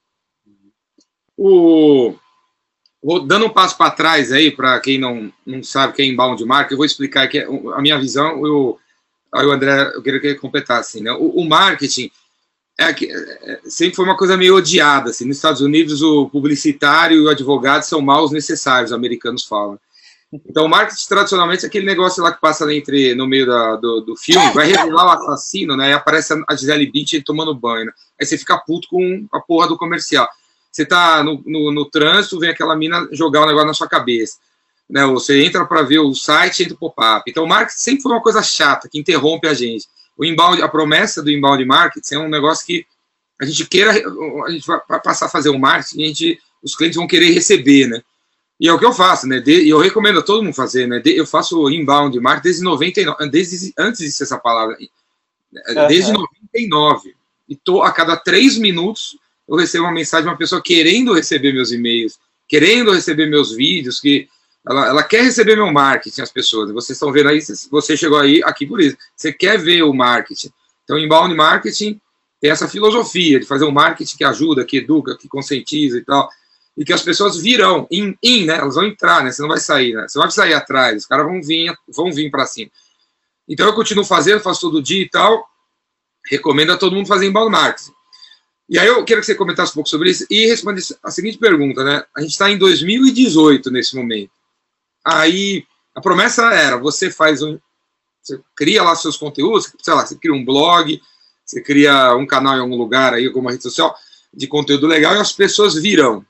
O... Vou dando um passo para trás aí, para quem não, não sabe o que é inbound marketing, eu vou explicar aqui a minha visão. Eu, aí o André, eu queria que ele completasse, assim, né? O, o marketing é, é, sempre foi uma coisa meio odiada. Assim. Nos Estados Unidos, o publicitário e o advogado são maus necessários, os americanos falam. Então, o marketing, tradicionalmente, é aquele negócio lá que passa entre, no meio da, do, do filme, vai revelar o assassino, né? E aparece a Gisele Bündchen tomando banho. Né? Aí você fica puto com a porra do comercial. Você tá no, no, no trânsito, vem aquela mina jogar o negócio na sua cabeça. Né? Você entra para ver o site, entra o pop-up. Então, o marketing sempre foi uma coisa chata, que interrompe a gente. O inbound, a promessa do inbound marketing é um negócio que a gente queira, a gente vai passar a fazer o marketing, e a gente, os clientes vão querer receber, né? E é o que eu faço, né? E eu recomendo a todo mundo fazer, né? Eu faço inbound marketing desde noventa e nove, desde antes de ser essa palavra, desde uhum. noventa e nove. E tô, a cada três minutos eu recebo uma mensagem de uma pessoa querendo receber meus e-mails, querendo receber meus vídeos, que ela, ela quer receber meu marketing, as pessoas. Vocês estão vendo aí, você chegou aí aqui por isso. Você quer ver o marketing. Então, inbound marketing tem essa filosofia de fazer um marketing que ajuda, que educa, que conscientiza e tal, e que as pessoas virão, in, in, né? Elas vão entrar, né? Você não vai sair, né? Você não vai sair atrás, os caras vão vir, vão vir para cima. Então, eu continuo fazendo, faço todo dia e tal, recomendo a todo mundo fazer inbound marketing. E aí eu quero que você comentasse um pouco sobre isso e respondesse a seguinte pergunta, né? A gente está em dois mil e dezoito nesse momento. Aí a promessa era, você faz um, você cria lá seus conteúdos, sei lá, você cria um blog, você cria um canal em algum lugar aí, alguma rede social de conteúdo legal e as pessoas virão.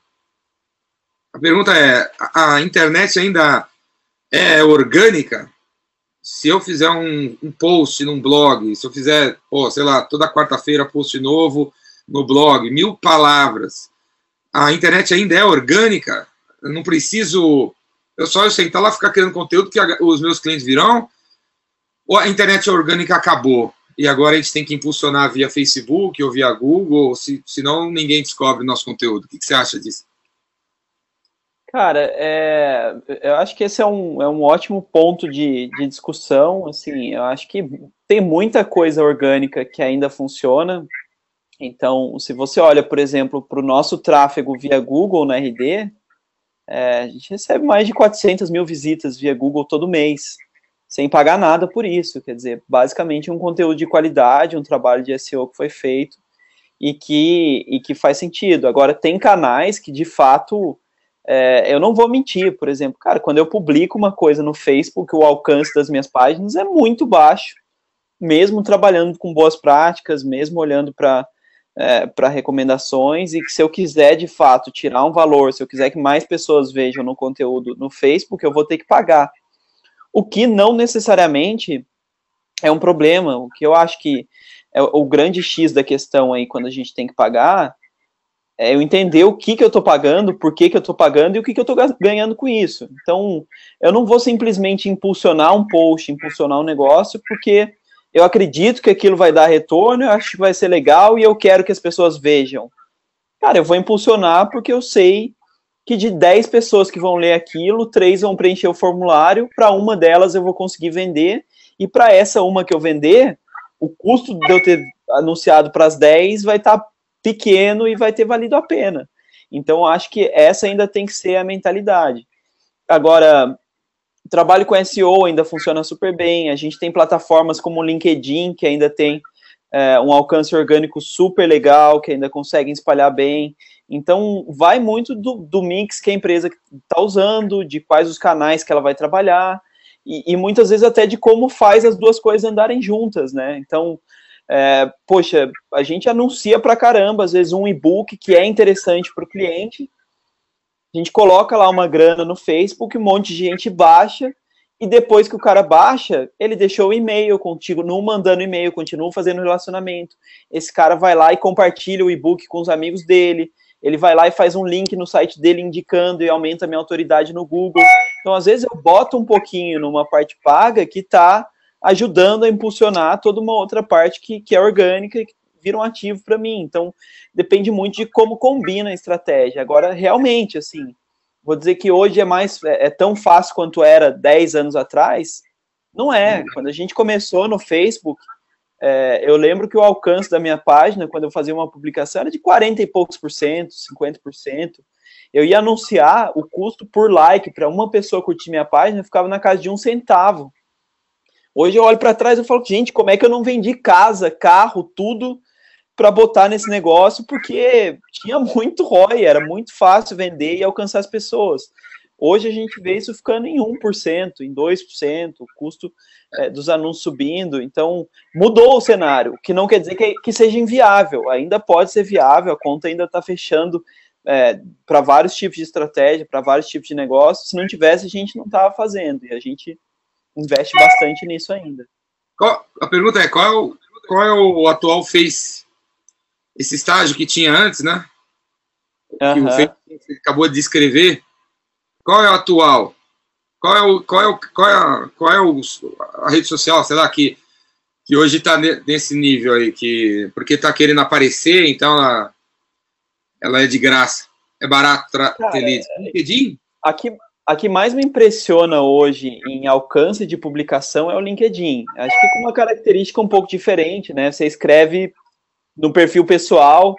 A pergunta é, a internet ainda é orgânica? Se eu fizer um, um post num blog, se eu fizer, pô, sei lá, toda quarta-feira post novo no blog, mil palavras, a internet ainda é orgânica? Eu não preciso, eu só eu sentar lá, ficar criando conteúdo que os meus clientes virão? Ou a internet orgânica acabou? E agora a gente tem que impulsionar via Facebook ou via Google, se, senão ninguém descobre o nosso conteúdo. O que, que você acha disso? Cara, é, eu acho que esse é um, é um ótimo ponto de, de discussão. Assim, eu acho que tem muita coisa orgânica que ainda funciona. Então, se você olha, por exemplo, para o nosso tráfego via Google na R D, é, a gente recebe mais de quatrocentas mil visitas via Google todo mês, sem pagar nada por isso. Quer dizer, basicamente um conteúdo de qualidade, um trabalho de S E O que foi feito e que, e que faz sentido. Agora, tem canais que, de fato, é, eu não vou mentir, por exemplo, cara, quando eu publico uma coisa no Facebook, o alcance das minhas páginas é muito baixo, mesmo trabalhando com boas práticas, mesmo olhando para É, para recomendações, e que se eu quiser de fato tirar um valor, se eu quiser que mais pessoas vejam no conteúdo no Facebook, eu vou ter que pagar. O que não necessariamente é um problema. O que eu acho que é o grande X da questão aí, quando a gente tem que pagar, é eu entender o que, que eu estou pagando, por que, que eu estou pagando e o que, que eu estou ganhando com isso. Então, eu não vou simplesmente impulsionar um post, impulsionar um negócio, porque eu acredito que aquilo vai dar retorno, eu acho que vai ser legal e eu quero que as pessoas vejam. Cara, eu vou impulsionar porque eu sei que de dez pessoas que vão ler aquilo, três vão preencher o formulário, para uma delas eu vou conseguir vender, e para essa uma que eu vender, o custo de eu ter anunciado para as dez vai estar pequeno e vai ter valido a pena. Então, acho que essa ainda tem que ser a mentalidade. Agora, o trabalho com S E O ainda funciona super bem, a gente tem plataformas como o LinkedIn, que ainda tem é, um alcance orgânico super legal, que ainda conseguem espalhar bem. Então, vai muito do, do mix que a empresa está usando, de quais os canais que ela vai trabalhar, e, e muitas vezes até de como faz as duas coisas andarem juntas, né? Então, é, poxa, a gente anuncia pra caramba, às vezes um e-book que é interessante para o cliente, a gente coloca lá uma grana no Facebook, um monte de gente baixa, e depois que o cara baixa, ele deixou o e-mail contigo, não mandando e-mail, continua fazendo relacionamento. Esse cara vai lá e compartilha o e-book com os amigos dele, ele vai lá e faz um link no site dele indicando e aumenta a minha autoridade no Google. Então, às vezes, eu boto um pouquinho numa parte paga que está ajudando a impulsionar toda uma outra parte que, que é orgânica e que vira um ativo para mim. Então, depende muito de como combina a estratégia. Agora, realmente, assim, vou dizer que hoje é mais é, é tão fácil quanto era dez anos atrás. Não é. Quando a gente começou no Facebook, é, eu lembro que o alcance da minha página, quando eu fazia uma publicação, era de quarenta e poucos por cento, cinquenta por cento. Eu ia anunciar o custo por like para uma pessoa curtir minha página, ficava na casa de um centavo. Hoje eu olho para trás e falo, gente, como é que eu não vendi casa, carro, tudo para botar nesse negócio? Porque tinha muito R O I, era muito fácil vender e alcançar as pessoas. Hoje a gente vê isso ficando em um por cento, em dois por cento, o custo é, dos anúncios subindo. Então, mudou o cenário, o que não quer dizer que, que seja inviável. Ainda pode ser viável, a conta ainda está fechando é, para vários tipos de estratégia, para vários tipos de negócio. Se não tivesse, a gente não estava fazendo. E a gente investe bastante nisso ainda. Qual, a pergunta é, qual é, o, qual é o atual Face? Esse estágio que tinha antes, né? Uhum. Que o Face acabou de descrever. Qual é o atual? Qual é, o, qual é, o, qual é, a, qual é o, a rede social, sei lá, que, que hoje está nesse nível aí? Que, porque está querendo aparecer, então ela, ela é de graça. É barato ter leads. LinkedIn? Aqui... A que mais me impressiona hoje em alcance de publicação é o LinkedIn. Acho que com uma característica um pouco diferente, né? Você escreve no perfil pessoal,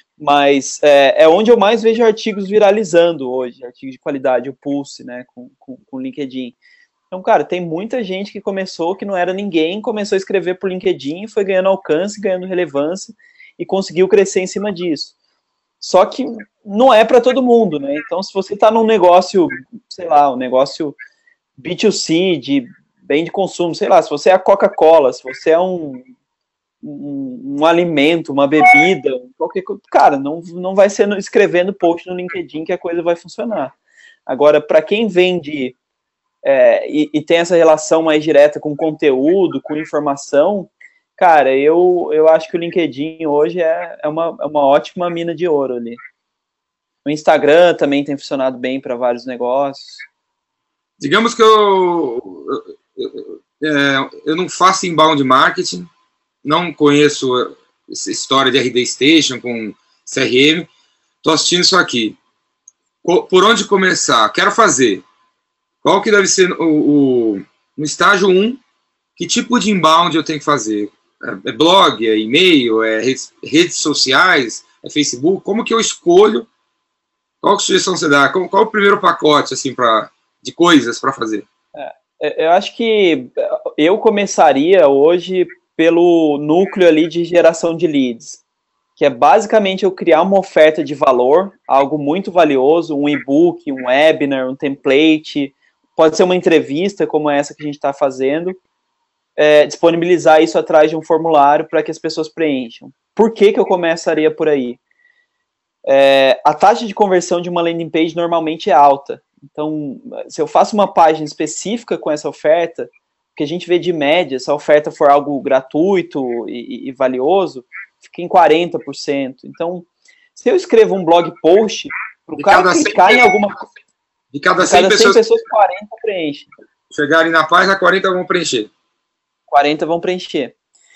mas é, é onde eu mais vejo artigos viralizando hoje, artigos de qualidade, o Pulse, né? Com, com, com o LinkedIn. Então, cara, tem muita gente que começou, que não era ninguém, começou a escrever por LinkedIn, foi ganhando alcance, ganhando relevância e conseguiu crescer em cima disso. Só que não é para todo mundo, né? Então, se você está num negócio, sei lá, um negócio B dois C, de bem de consumo, sei lá, se você é a Coca-Cola, se você é um, um, um alimento, uma bebida, qualquer coisa, cara, não, não vai ser escrevendo post no LinkedIn que a coisa vai funcionar. Agora, para quem vende é, e, e tem essa relação mais direta com conteúdo, com informação, cara, eu, eu acho que o LinkedIn hoje é, é, uma, é uma ótima mina de ouro ali. O Instagram também tem funcionado bem para vários negócios. Digamos que eu, eu, eu, eu não faço inbound marketing, não conheço essa história de R D Station com C R M, estou assistindo isso aqui. Por onde começar? Quero fazer. Qual que deve ser o, o no estágio um, que tipo de inbound eu tenho que fazer? É blog, é e-mail, é redes, redes sociais, é Facebook? Como que eu escolho? Qual que sugestão você dá? Qual, qual é o primeiro pacote assim, pra, de coisas para fazer? É, eu acho que eu começaria hoje pelo núcleo ali de geração de leads, que é basicamente eu criar uma oferta de valor, algo muito valioso, um e-book, um webinar, um template, pode ser uma entrevista como essa que a gente está fazendo, É, disponibilizar isso atrás de um formulário para que as pessoas preencham. Por que que eu começaria por aí? É, a taxa de conversão de uma landing page normalmente é alta. Então, se eu faço uma página específica com essa oferta, o que a gente vê de média, se a oferta for algo gratuito e, e valioso, fica em quarenta por cento. Então, Se eu escrevo um blog post, para o cara clicar em alguma coisa, de cada cem, cada cem pessoas, pessoas, quarenta preenchem. Chegarem na página, quarenta vão preencher. quarenta vão preencher.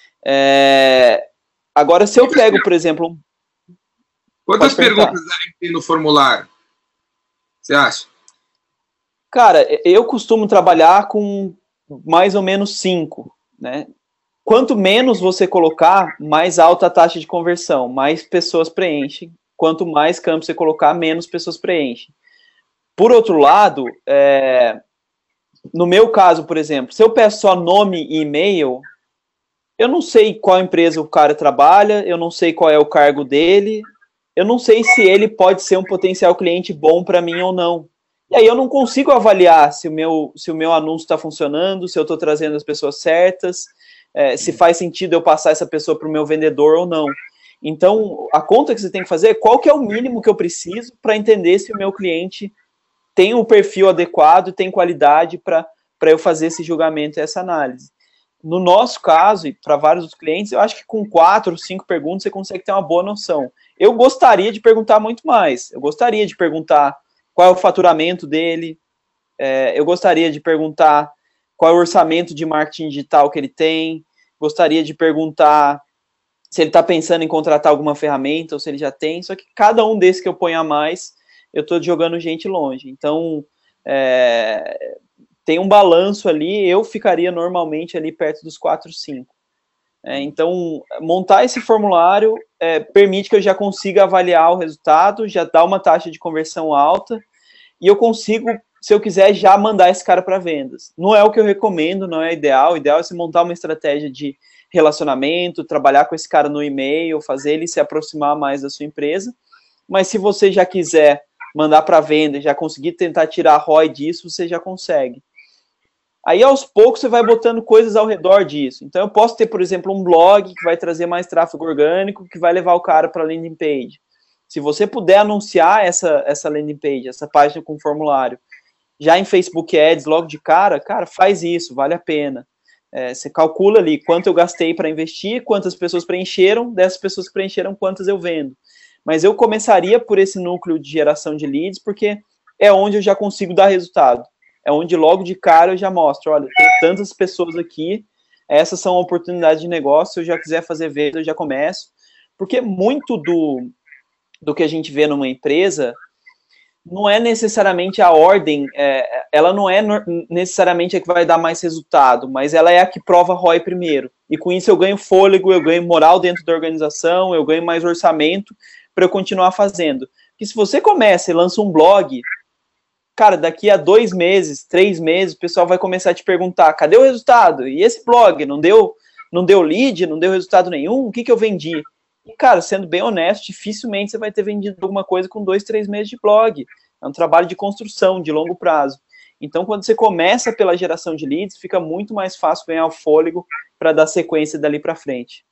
É... Agora, se eu pego, por exemplo... Quantas perguntas devem ter no formulário? Você acha? Cara, eu costumo trabalhar com mais ou menos cinco, né? Quanto menos você colocar, mais alta a taxa de conversão, mais pessoas preenchem. Quanto mais campos você colocar, menos pessoas preenchem. Por outro lado, é... no meu caso, por exemplo, se eu peço só nome e e-mail, eu não sei qual empresa o cara trabalha, eu não sei qual é o cargo dele, eu não sei se ele pode ser um potencial cliente bom para mim ou não. E aí eu não consigo avaliar se o meu, se o meu anúncio está funcionando, se eu estou trazendo as pessoas certas, é, se faz sentido eu passar essa pessoa para o meu vendedor ou não. Então, a conta que você tem que fazer é qual que é o mínimo que eu preciso para entender se o meu cliente tem o perfil adequado, tem qualidade para eu fazer esse julgamento e essa análise. No nosso caso, e para vários dos clientes, eu acho que com quatro, cinco perguntas você consegue ter uma boa noção. Eu gostaria de perguntar muito mais. Eu gostaria de perguntar qual é o faturamento dele, é, eu gostaria de perguntar qual é o orçamento de marketing digital que ele tem, gostaria de perguntar se ele está pensando em contratar alguma ferramenta ou se ele já tem, só que cada um desses que eu ponho a mais, eu estou jogando gente longe. Então, é, tem um balanço ali, eu ficaria normalmente ali perto dos quatro, cinco. É, então, montar esse formulário é, permite que eu já consiga avaliar o resultado, já dá uma taxa de conversão alta, e eu consigo, se eu quiser, já mandar esse cara para vendas. Não é o que eu recomendo, não é ideal. O ideal é você montar uma estratégia de relacionamento, trabalhar com esse cara no e-mail, fazer ele se aproximar mais da sua empresa. Mas se você já quiser mandar para venda, já conseguir tentar tirar R O I disso, você já consegue. Aí, aos poucos, você vai botando coisas ao redor disso. Então, eu posso ter, por exemplo, um blog que vai trazer mais tráfego orgânico, que vai levar o cara para a landing page. Se você puder anunciar essa, essa landing page, essa página com formulário, já em Facebook Ads, logo de cara, cara, faz isso, vale a pena. É, você calcula ali quanto eu gastei para investir, quantas pessoas preencheram, dessas pessoas que preencheram, quantas eu vendo. Mas eu começaria por esse núcleo de geração de leads, porque é onde eu já consigo dar resultado. É onde logo de cara eu já mostro, olha, tem tantas pessoas aqui, essas são oportunidades de negócio, se eu já quiser fazer venda, eu já começo. Porque muito do, do que a gente vê numa empresa não é necessariamente a ordem, é, ela não é necessariamente a que vai dar mais resultado, mas ela é a que prova R O I primeiro. E com isso eu ganho fôlego, eu ganho moral dentro da organização, eu ganho mais orçamento para eu continuar fazendo. Porque se você começa e lança um blog, cara, daqui a dois meses, três meses, o pessoal vai começar a te perguntar, cadê o resultado? E esse blog, não deu, não deu lead, não deu resultado nenhum? O que que eu vendi? E, cara, sendo bem honesto, dificilmente você vai ter vendido alguma coisa com dois, três meses de blog. É um trabalho de construção, de longo prazo. Então, quando você começa pela geração de leads, fica muito mais fácil ganhar o fôlego para dar sequência dali para frente.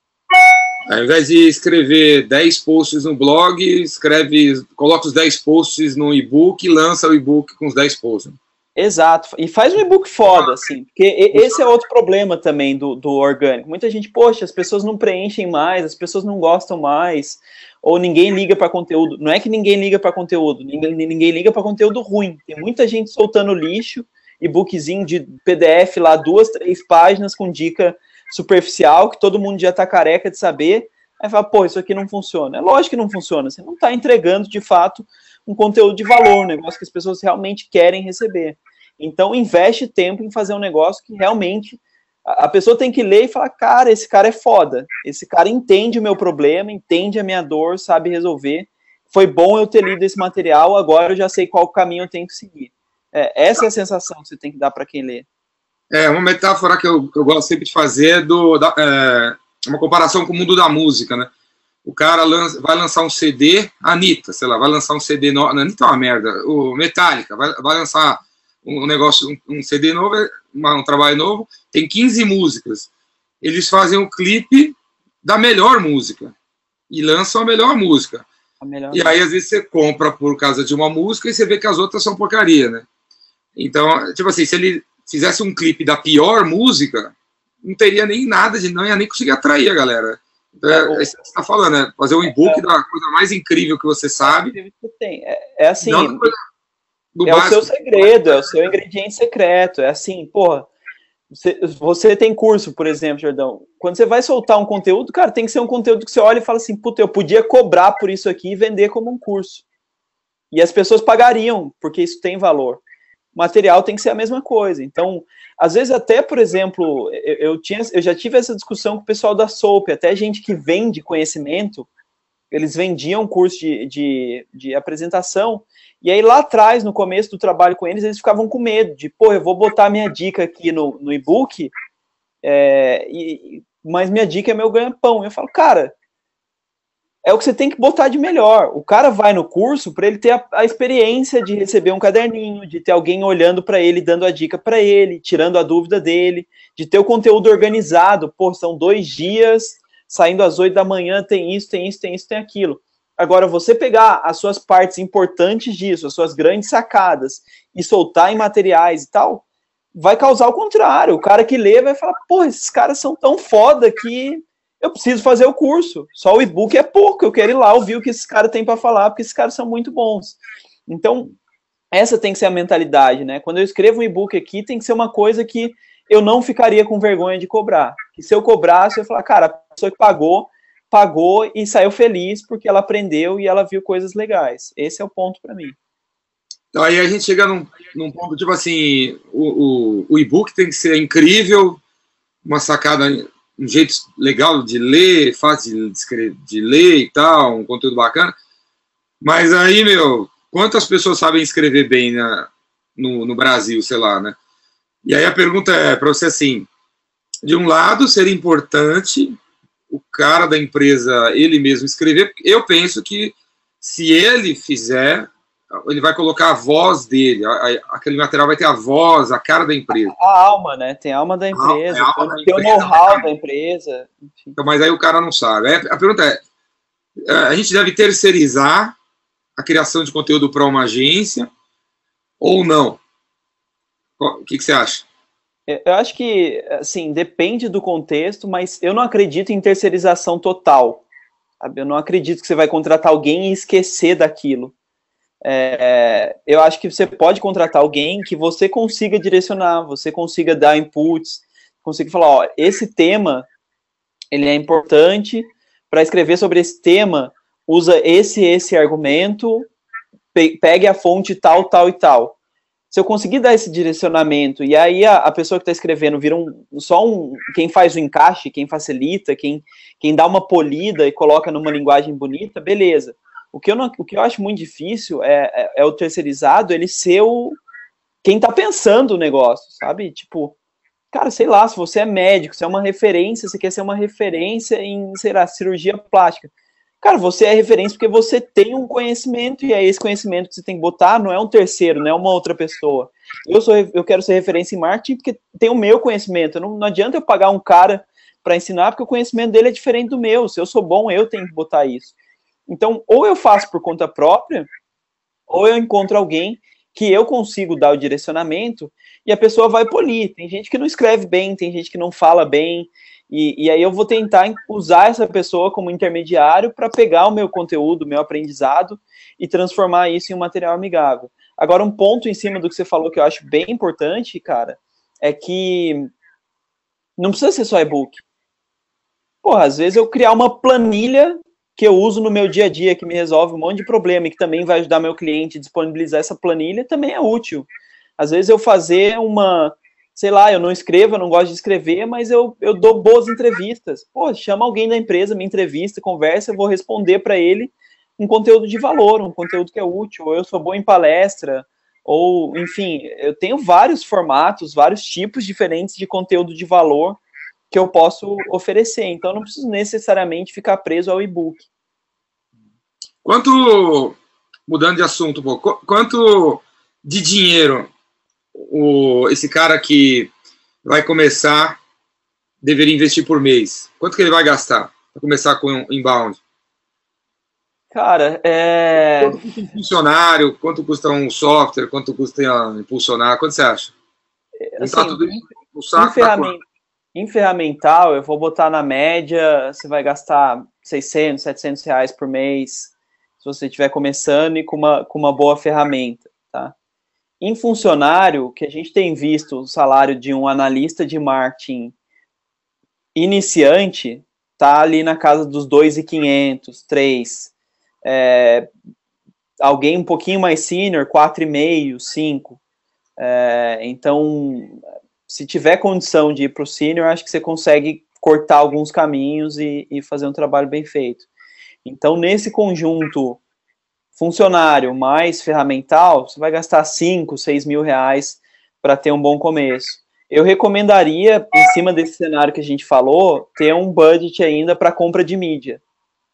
Ao invés de escrever dez posts no blog, escreve, coloca os dez posts no e-book e lança o e-book com os dez posts. Exato, e faz um e-book foda, assim, porque esse é outro problema também do, do orgânico. Muita gente, poxa, as pessoas não preenchem mais, as pessoas não gostam mais, ou ninguém liga para conteúdo. Não é que ninguém liga para conteúdo, ninguém, ninguém liga para conteúdo ruim. Tem muita gente soltando lixo, e-bookzinho de P D F lá, duas, três páginas com dica superficial, que todo mundo já tá careca de saber, aí fala, pô, isso aqui não funciona. É lógico que não funciona, você não tá entregando, de fato, um conteúdo de valor, um negócio que as pessoas realmente querem receber. Então, investe tempo em fazer um negócio que realmente a pessoa tem que ler e falar, cara, esse cara é foda, esse cara entende o meu problema, entende a minha dor, sabe resolver, foi bom eu ter lido esse material, agora eu já sei qual caminho eu tenho que seguir. É, essa é a sensação que você tem que dar para quem lê. É, uma metáfora que eu, eu gosto sempre de fazer, do, da, é, uma comparação com o mundo da música, né? O cara lança, vai lançar um C D, a Anitta, sei lá, vai lançar um C D novo, a Anitta é uma merda, o Metallica, vai, vai lançar um negócio, um, um C D novo, uma, um trabalho novo, tem quinze músicas. Eles fazem um clipe da melhor música e lançam a melhor música. A melhor e aí, às vezes, você compra por causa de uma música e você vê que as outras são porcaria, né? Então, tipo assim, se ele fizesse um clipe da pior música, não teria nem nada, de, não ia nem conseguir atrair a galera. É, é isso que você está falando, né? Fazer um e-book é, da coisa mais incrível que você sabe. Que você tem. É, é assim, do é básico. O seu segredo, é o seu ingrediente secreto. É assim, porra, você, você tem curso, por exemplo, Jordão. Quando você vai soltar um conteúdo, cara, tem que ser um conteúdo que você olha e fala assim, puta, eu podia cobrar por isso aqui e vender como um curso. E as pessoas pagariam, porque isso tem valor. O material tem que ser a mesma coisa. Então, às vezes até, por exemplo, eu, eu, tinha, eu já tive essa discussão com o pessoal da Soap, até gente que vende conhecimento, eles vendiam curso de, de, de apresentação, e aí lá atrás, no começo do trabalho com eles, eles ficavam com medo de, pô, eu vou botar minha dica aqui no, no e-book, é, e, mas minha dica é meu ganha-pão. Eu falo, cara, é o que você tem que botar de melhor. O cara vai no curso para ele ter a, a experiência de receber um caderninho, de ter alguém olhando para ele, dando a dica para ele, tirando a dúvida dele, de ter o conteúdo organizado. Pô, são dois dias, saindo às oito da manhã, tem isso, tem isso, tem isso, tem aquilo. Agora, você pegar as suas partes importantes disso, as suas grandes sacadas, e soltar em materiais e tal, vai causar o contrário. O cara que lê vai falar, pô, esses caras são tão foda que eu preciso fazer o curso. Só o e-book é pouco, eu quero ir lá ouvir o que esses caras têm para falar, porque esses caras são muito bons. Então, essa tem que ser a mentalidade, né? Quando eu escrevo um e-book aqui, tem que ser uma coisa que eu não ficaria com vergonha de cobrar. Que se eu cobrasse, eu ia falar, cara, a pessoa que pagou, pagou e saiu feliz porque ela aprendeu e ela viu coisas legais. Esse é o ponto para mim. Então, aí a gente chega num, num ponto, tipo assim, o, o, o e-book tem que ser incrível, uma sacada, um jeito legal de ler, fácil de, escrever, de ler e tal, um conteúdo bacana. Mas aí, meu, quantas pessoas sabem escrever bem na, no, no Brasil, sei lá, né? E aí a pergunta é para você assim, de um lado, seria importante o cara da empresa, ele mesmo escrever, porque eu penso que se ele fizer, ele vai colocar a voz dele, a, a, aquele material vai ter a voz, a cara da empresa. A, a alma, né? Tem a alma da empresa, a, alma tem, tem o know-how da empresa. Enfim. Então, mas aí o cara não sabe. Aí a pergunta é, a gente deve terceirizar a criação de conteúdo para uma agência ou não? O que, que você acha? Eu acho que, assim, depende do contexto, mas eu não acredito em terceirização total. Sabe? Eu não acredito que você vai contratar alguém e esquecer daquilo. É, eu acho que você pode contratar alguém que você consiga direcionar, você consiga dar inputs, consiga falar, ó, esse tema, ele é importante, para escrever sobre esse tema, usa esse esse argumento, pe pegue a fonte tal, tal e tal. Se eu conseguir dar esse direcionamento, e aí a, a pessoa que está escrevendo vira um, só um, quem faz o encaixe, quem facilita, quem, quem dá uma polida e coloca numa linguagem bonita, beleza. O que eu, não, o que eu acho muito difícil é, é, é o terceirizado, ele ser o, quem está pensando o negócio, sabe? Tipo, cara, sei lá, se você é médico, você é uma referência, você quer ser uma referência em, sei lá, cirurgia plástica. Cara, você é referência porque você tem um conhecimento e é esse conhecimento que você tem que botar, não é um terceiro, não é uma outra pessoa. Eu, sou, eu quero ser referência em marketing porque tem o meu conhecimento. Não, não adianta eu pagar um cara para ensinar porque o conhecimento dele é diferente do meu. Se eu sou bom, eu tenho que botar isso. Então, ou eu faço por conta própria, ou eu encontro alguém que eu consigo dar o direcionamento e a pessoa vai polir. Tem gente que não escreve bem, tem gente que não fala bem, e, e aí eu vou tentar usar essa pessoa como intermediário para pegar o meu conteúdo, o meu aprendizado e transformar isso em um material amigável. Agora, um ponto em cima do que você falou que eu acho bem importante, cara, é que não precisa ser só e-book. Porra, às vezes eu criar uma planilha que eu uso no meu dia a dia, que me resolve um monte de problema e que também vai ajudar meu cliente a disponibilizar essa planilha, também é útil. Às vezes eu fazer uma, sei lá, eu não escrevo, eu não gosto de escrever, mas eu, eu dou boas entrevistas. Pô, chama alguém da empresa, me entrevista, conversa, eu vou responder para ele um conteúdo de valor, um conteúdo que é útil, ou eu sou bom em palestra, ou, enfim, eu tenho vários formatos, vários tipos diferentes de conteúdo de valor que eu posso oferecer, então não preciso necessariamente ficar preso ao e-book. Quanto, mudando de assunto um pouco, quanto de dinheiro o, esse cara que vai começar deveria investir por mês? Quanto que ele vai gastar para começar com um inbound? Cara, é... Quanto custa um funcionário, quanto custa um software, quanto custa impulsionar, quanto você acha? Assim, tudo isso no saco, em ferramenta. Em ferramental, eu vou botar na média, você vai gastar seiscentos, setecentos reais por mês, se você estiver começando e com uma, com uma boa ferramenta, tá? Em funcionário, que a gente tem visto o salário de um analista de marketing iniciante, tá ali na casa dos dois mil e quinhentos, três. É, alguém um pouquinho mais senior, quatro vírgula cinco, cinco. É, então, se tiver condição de ir para o senior, acho que você consegue cortar alguns caminhos e, e fazer um trabalho bem feito. Então, nesse conjunto funcionário mais ferramental, você vai gastar cinco, seis mil reais para ter um bom começo. Eu recomendaria, em cima desse cenário que a gente falou, ter um budget ainda para compra de mídia.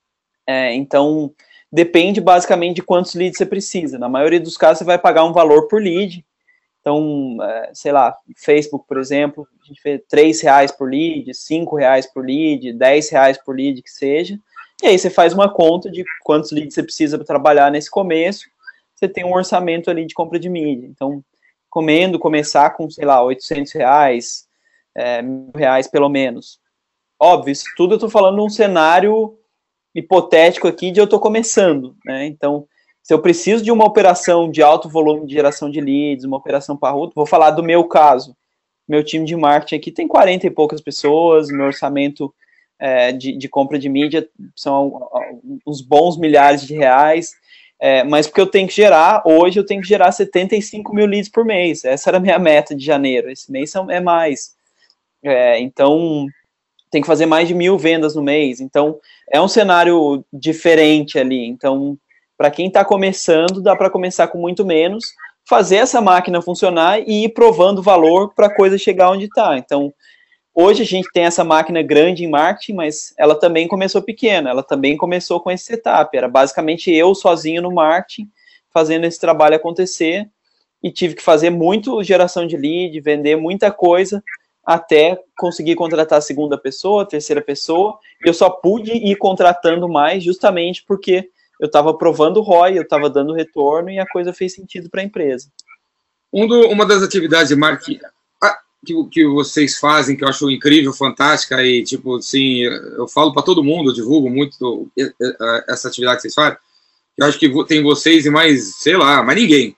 É, então, depende basicamente de quantos leads você precisa. Na maioria dos casos, você vai pagar um valor por lead. Então, é, sei lá, Facebook, por exemplo, a gente vê três reais por lead, cinco reais por lead, dez reais por lead, que seja. E aí você faz uma conta de quantos leads você precisa para trabalhar nesse começo. Você tem um orçamento ali de compra de mídia. Então, recomendo começar com, sei lá, oitocentos reais, é, mil reais pelo menos. Óbvio, isso tudo eu estou falando num cenário hipotético aqui de eu estou começando, né? Então, se eu preciso de uma operação de alto volume de geração de leads, uma operação parruda, vou falar do meu caso. Meu time de marketing aqui tem quarenta e poucas pessoas, meu orçamento é, de, de compra de mídia são uns bons milhares de reais, é, mas porque eu tenho que gerar, hoje eu tenho que gerar setenta e cinco mil leads por mês, essa era a minha meta de janeiro, esse mês é mais. É, então, tem que fazer mais de mil vendas no mês, então é um cenário diferente ali, então para quem está começando, dá para começar com muito menos, fazer essa máquina funcionar e ir provando valor para a coisa chegar onde está. Então, hoje a gente tem essa máquina grande em marketing, mas ela também começou pequena, ela também começou com esse setup. Era basicamente eu sozinho no marketing, fazendo esse trabalho acontecer, e tive que fazer muito geração de lead, vender muita coisa, até conseguir contratar a segunda pessoa, a terceira pessoa. Eu só pude ir contratando mais justamente porque eu estava provando o R O I, eu estava dando retorno e a coisa fez sentido para a empresa. Um do, uma das atividades de marketing que, que vocês fazem, que eu acho incrível, fantástica, e tipo assim, eu falo para todo mundo, eu divulgo muito essa atividade que vocês fazem, eu acho que tem vocês e mais, sei lá, mais ninguém.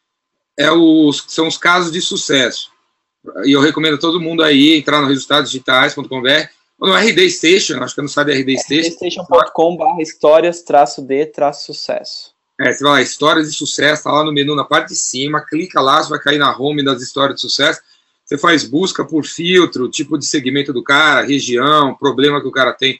É os, são os casos de sucesso. E eu recomendo a todo mundo aí entrar no resultados digitais ponto com ponto b r ou no R D Station, acho que eu não sei da R D Station. R D Station ponto com barra histórias traço de traço sucesso. É, você vai lá, histórias de sucesso, tá lá no menu na parte de cima, clica lá, você vai cair na home das histórias de sucesso, você faz busca por filtro, tipo de segmento do cara, região, problema que o cara tem.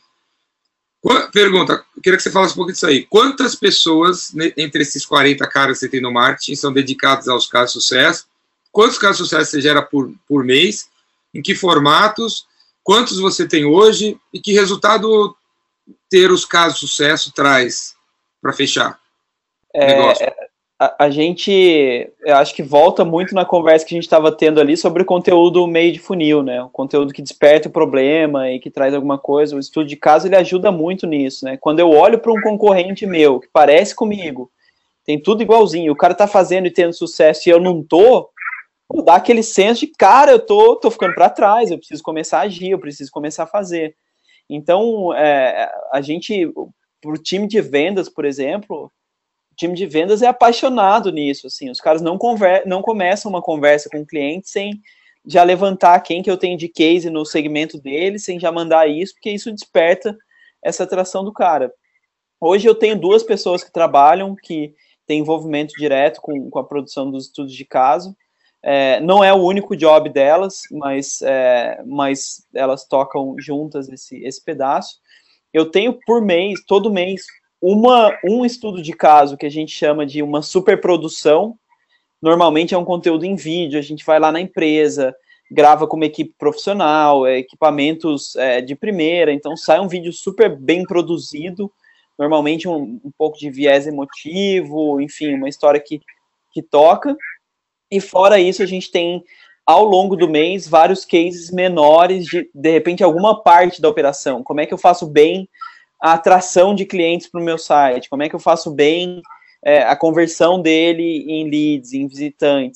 Pergunta, eu queria que você falasse um pouco disso aí. Quantas pessoas, entre esses quarenta caras que você tem no marketing, são dedicados aos casos de sucesso? Quantos casos de sucesso você gera por, por mês? Em que formatos? Quantos você tem hoje? E que resultado ter os casos de sucesso traz para fechar o é, negócio? A, a gente, eu acho que volta muito na conversa que a gente estava tendo ali sobre o conteúdo meio de funil, né? O conteúdo que desperta o problema e que traz alguma coisa. O estudo de caso, ele ajuda muito nisso, né? Quando eu olho para um concorrente meu, que parece comigo, tem tudo igualzinho, o cara tá fazendo e tendo sucesso e eu não tô, dá aquele senso de, cara, eu tô, tô ficando para trás, eu preciso começar a agir, eu preciso começar a fazer. Então, é, a gente, pro time de vendas, por exemplo, o time de vendas é apaixonado nisso, assim, os caras não, conver não começam uma conversa com o cliente sem já levantar quem que eu tenho de case no segmento dele, sem já mandar isso, porque isso desperta essa atração do cara. Hoje eu tenho duas pessoas que trabalham, que têm envolvimento direto com, com a produção dos estudos de caso. É, não é o único job delas, mas, é, mas elas tocam juntas esse, esse pedaço. Eu tenho por mês, todo mês, uma, um estudo de caso que a gente chama de uma superprodução. Normalmente é um conteúdo em vídeo, a gente vai lá na empresa, grava com uma equipe profissional, é, equipamentos é, de primeira, então sai um vídeo super bem produzido, normalmente um, um pouco de viés emotivo, enfim, uma história que, que toca. E fora isso, a gente tem, ao longo do mês, vários cases menores de, de repente, alguma parte da operação. Como é que eu faço bem a atração de clientes para o meu site? Como é que eu faço bem é, a conversão dele em leads, em visitantes?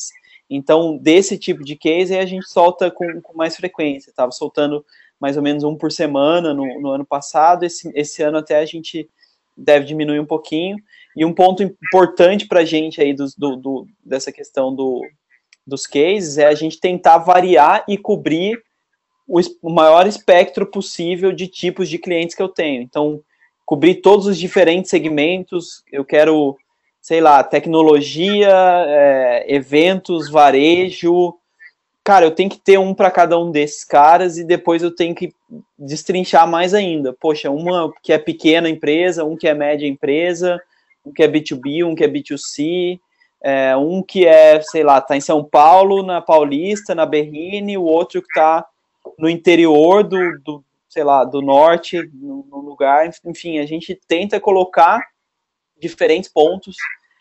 Então, desse tipo de case, aí a gente solta com, com mais frequência. Estava soltando mais ou menos um por semana no, no ano passado. Esse, esse ano até a gente deve diminuir um pouquinho. E um ponto importante para a gente aí do, do, do, dessa questão do, dos cases é a gente tentar variar e cobrir o, o maior espectro possível de tipos de clientes que eu tenho. Então, cobrir todos os diferentes segmentos. Eu quero, sei lá, tecnologia, é, eventos, varejo. Cara, eu tenho que ter um para cada um desses caras e depois eu tenho que destrinchar mais ainda. Poxa, uma que é pequena empresa, um que é média empresa, um que é B dois B, um que é B dois C, é, um que é, sei lá, tá em São Paulo, na Paulista, na Berrini, o outro que tá no interior do, do sei lá, do norte, no, no lugar. Enfim, a gente tenta colocar diferentes pontos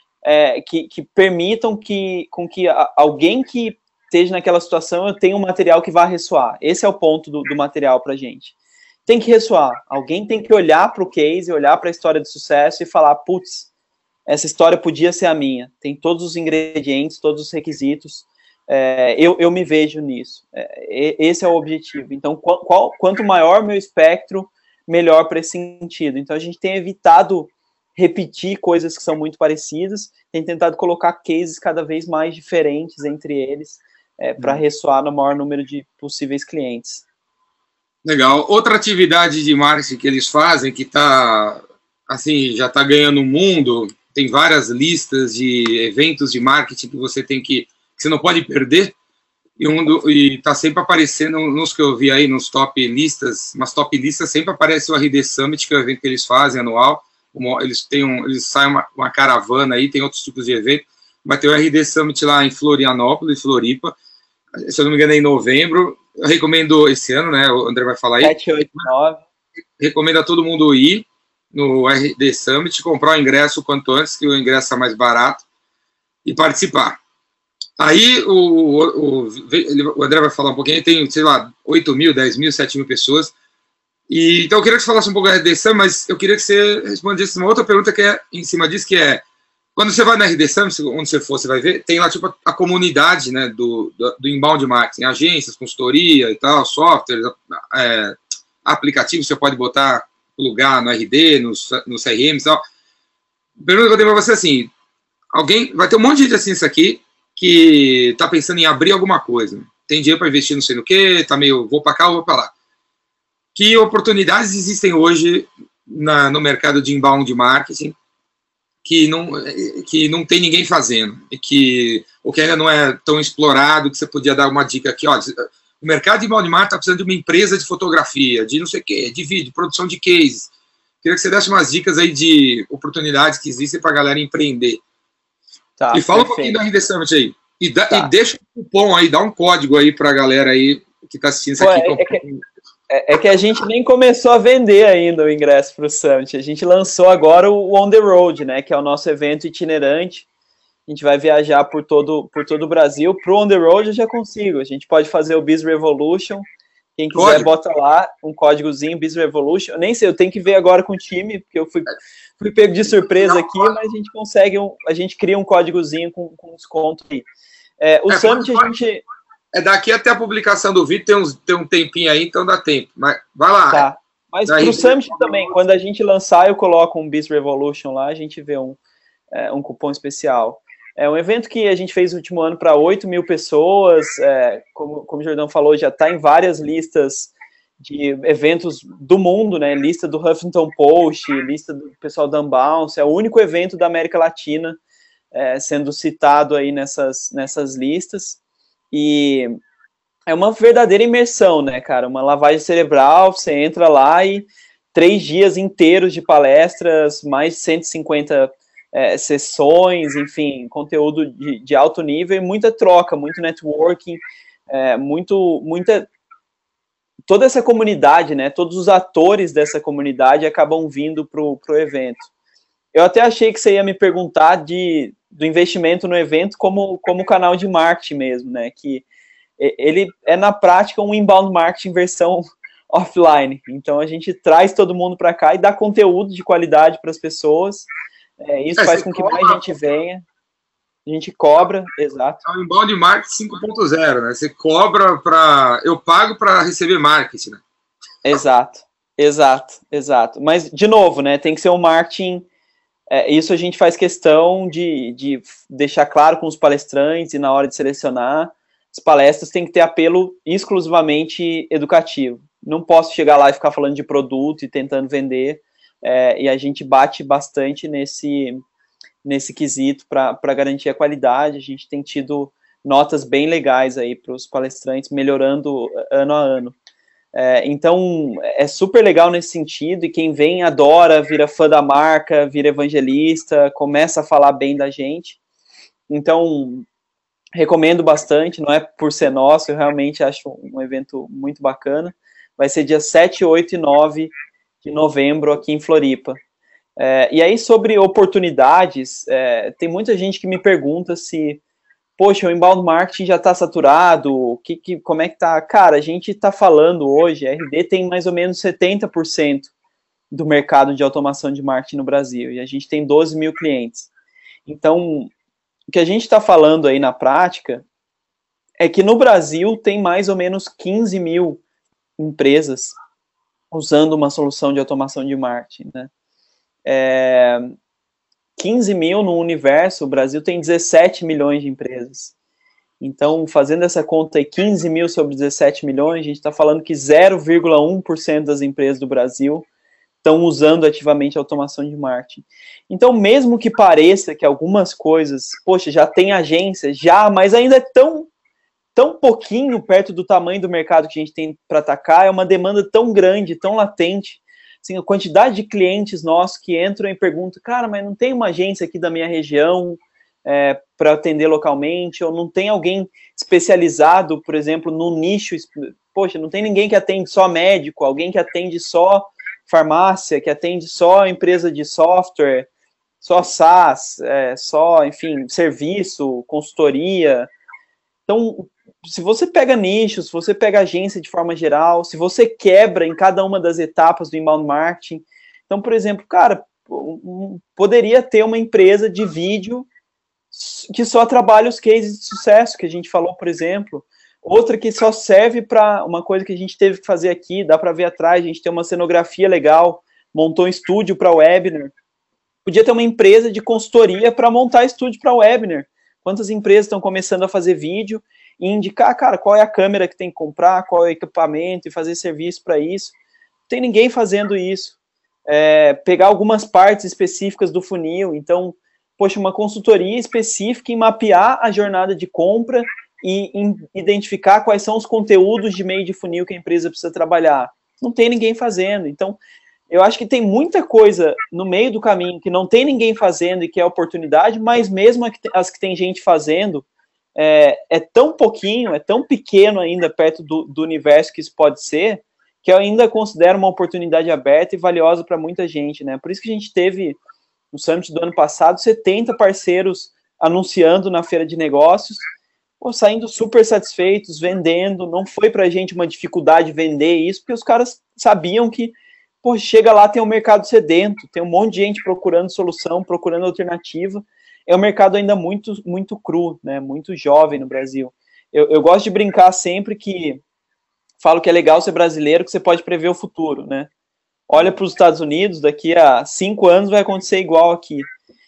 é, que, que permitam que, com que a, alguém que esteja naquela situação eu tenha um material que vá ressoar. Esse é o ponto do, do material para a gente. Tem que ressoar. Alguém tem que olhar para o case, olhar para a história de sucesso e falar, putz, essa história podia ser a minha. Tem todos os ingredientes, todos os requisitos. É, eu, eu me vejo nisso. É, esse é o objetivo. Então, qual, qual, quanto maior meu espectro, melhor para esse sentido. Então, a gente tem evitado repetir coisas que são muito parecidas, tem tentado colocar cases cada vez mais diferentes entre eles, é, para ressoar no maior número de possíveis clientes. Legal. Outra atividade de marketing que eles fazem, que tá, assim, já está ganhando o mundo, tem várias listas de eventos de marketing que você tem que, que você não pode perder, e um do, e tá sempre aparecendo, nos que eu vi aí, nos top listas, umas top listas, sempre aparece o R D Summit, que é o evento que eles fazem anual. Eles, têm um, eles saem uma, uma caravana aí, tem outros tipos de evento, vai ter o R D Summit lá em Florianópolis, Floripa, se eu não me engano é em novembro. Eu recomendo esse ano, né, o André vai falar aí, sete, oito, nove. Recomendo a todo mundo ir no R D Summit, comprar o ingresso o quanto antes, que o ingresso está mais barato, e participar. Aí o, o, o André vai falar um pouquinho, tem, sei lá, oito mil, dez mil, sete mil pessoas. E, então eu queria que você falasse um pouco da R D Summit, mas eu queria que você respondesse uma outra pergunta que é em cima disso, que é, quando você vai na R D Summit, onde você for, você vai ver, tem lá tipo a comunidade, né, do, do, do inbound marketing, agências, consultoria e tal, software, é, aplicativos, você pode botar lugar no R D, no, no C R M e tal. A pergunta que eu tenho para você é assim, alguém, vai ter um monte de gente assim isso aqui, que está pensando em abrir alguma coisa, tem dinheiro para investir não sei no que, tá meio, vou para cá ou vou para lá. Que oportunidades existem hoje na, no mercado de inbound marketing que não, que não tem ninguém fazendo, e que, ou que ainda não é tão explorado, que você podia dar uma dica aqui, ó, o mercado de inbound marketing está precisando de uma empresa de fotografia, de não sei o que, de vídeo, produção de cases. Queria que você desse umas dicas aí de oportunidades que existem para a galera empreender. Tá, e fala perfeito. Um pouquinho da R D Summit aí. E, da, tá. E deixa um cupom aí, dá um código aí para a galera aí que está assistindo isso Pô, aqui. É, é, que, é, é que a gente nem começou a vender ainda o ingresso para o Summit. A gente lançou agora o On The Road, né, que é o nosso evento itinerante. A gente vai viajar por todo, por todo o Brasil. Para o On The Road eu já consigo. A gente pode fazer o Biz Revolution. Quem quiser, código. Bota lá um códigozinho, Biz Revolution. Eu nem sei, eu tenho que ver agora com o time, porque eu fui... Fui pego de surpresa aqui, mas a gente consegue, um, a gente cria um códigozinho com, com desconto aí. É, o é, Summit a gente... É daqui até a publicação do vídeo, tem, uns, tem um tempinho aí, então dá tempo. Mas vai lá. Tá. Mas para o Summit também, quando a gente lançar, eu coloco um Biz Revolution lá, a gente vê um, é, um cupom especial. É um evento que a gente fez no último ano para oito mil pessoas, é, como, como o Jordão falou, já está em várias listas de eventos do mundo, né, lista do Huffington Post, lista do pessoal da Unbounce, é o único evento da América Latina é, sendo citado aí nessas, nessas listas, e é uma verdadeira imersão, né, cara, uma lavagem cerebral, você entra lá e três dias inteiros de palestras, mais de cento e cinquenta é, sessões, enfim, conteúdo de, de alto nível e muita troca, muito networking, é, muito, muita... toda essa comunidade, né, todos os atores dessa comunidade acabam vindo para o evento. Eu até achei que você ia me perguntar de, do investimento no evento como, como canal de marketing mesmo, né, que ele é na prática um inbound marketing versão offline. Então a gente traz todo mundo para cá e dá conteúdo de qualidade para as pessoas, é, isso é, faz com que mais gente venha. A gente cobra, exato. É o inbound marketing cinco ponto zero, né? Você cobra para... Eu pago para receber marketing, né? Exato, exato, exato. Mas, de novo, né? Tem que ser um marketing... É, isso a gente faz questão de, de deixar claro com os palestrantes e na hora de selecionar. As palestras têm que ter apelo exclusivamente educativo. Não posso chegar lá e ficar falando de produto e tentando vender. É, e a gente bate bastante nesse... nesse quesito para garantir a qualidade. A gente tem tido notas bem legais aí para os palestrantes, melhorando ano a ano. É, então, é super legal nesse sentido, e quem vem adora, vira fã da marca, vira evangelista, começa a falar bem da gente. Então, recomendo bastante, não é por ser nosso, eu realmente acho um evento muito bacana. Vai ser dia sete, oito e nove de novembro aqui em Floripa. É, e aí, sobre oportunidades, é, tem muita gente que me pergunta se, poxa, o inbound marketing já está saturado, que, que, como é que tá? Cara, a gente está falando hoje, a R D tem mais ou menos setenta por cento do mercado de automação de marketing no Brasil, e a gente tem doze mil clientes. Então, o que a gente está falando aí na prática é que no Brasil tem mais ou menos quinze mil empresas usando uma solução de automação de marketing, né? É, quinze mil no universo, o Brasil tem dezessete milhões de empresas. Então, fazendo essa conta aí, quinze mil sobre dezessete milhões, a gente está falando que zero vírgula um por cento das empresas do Brasil estão usando ativamente a automação de marketing. Então, mesmo que pareça que algumas coisas, poxa, já tem agência, já, mas ainda é tão, tão pouquinho perto do tamanho do mercado que a gente tem para atacar, é uma demanda tão grande, tão latente. Assim, a quantidade de clientes nossos que entram e perguntam, cara, mas não tem uma agência aqui da minha região é, para atender localmente, ou não tem alguém especializado, por exemplo, no nicho, poxa, não tem ninguém que atende só médico, alguém que atende só farmácia, que atende só empresa de software, só SaaS, é, só, enfim, serviço, consultoria. Então, se você pega nichos, se você pega agência de forma geral, se você quebra em cada uma das etapas do inbound marketing, então, por exemplo, cara, poderia ter uma empresa de vídeo que só trabalha os cases de sucesso, que a gente falou, por exemplo, outra que só serve para uma coisa que a gente teve que fazer aqui, dá para ver atrás, a gente tem uma cenografia legal, montou um estúdio para webinar. Podia ter uma empresa de consultoria para montar estúdio para webinar. Quantas empresas estão começando a fazer vídeo e indicar, cara, qual é a câmera que tem que comprar, qual é o equipamento e fazer serviço para isso. Não tem ninguém fazendo isso. É, pegar algumas partes específicas do funil. Então, poxa, uma consultoria específica em mapear a jornada de compra e em identificar quais são os conteúdos de meio de funil que a empresa precisa trabalhar. Não tem ninguém fazendo. Então, eu acho que tem muita coisa no meio do caminho que não tem ninguém fazendo e que é oportunidade, mas mesmo as que tem gente fazendo, é, é tão pouquinho, é tão pequeno ainda perto do, do universo que isso pode ser, que eu ainda considero uma oportunidade aberta e valiosa para muita gente, né? Por isso que a gente teve, no Summit do ano passado, setenta parceiros anunciando na feira de negócios, pô, saindo super satisfeitos, vendendo. Não foi para a gente uma dificuldade vender isso, porque os caras sabiam que, pô, chega lá, tem um mercado sedento, tem um monte de gente procurando solução, procurando alternativa. É um mercado ainda muito, muito cru, né? Muito jovem no Brasil. Eu, eu gosto de brincar sempre que falo que é legal ser brasileiro, que você pode prever o futuro, né? Olha para os Estados Unidos, daqui a cinco anos vai acontecer igual aqui.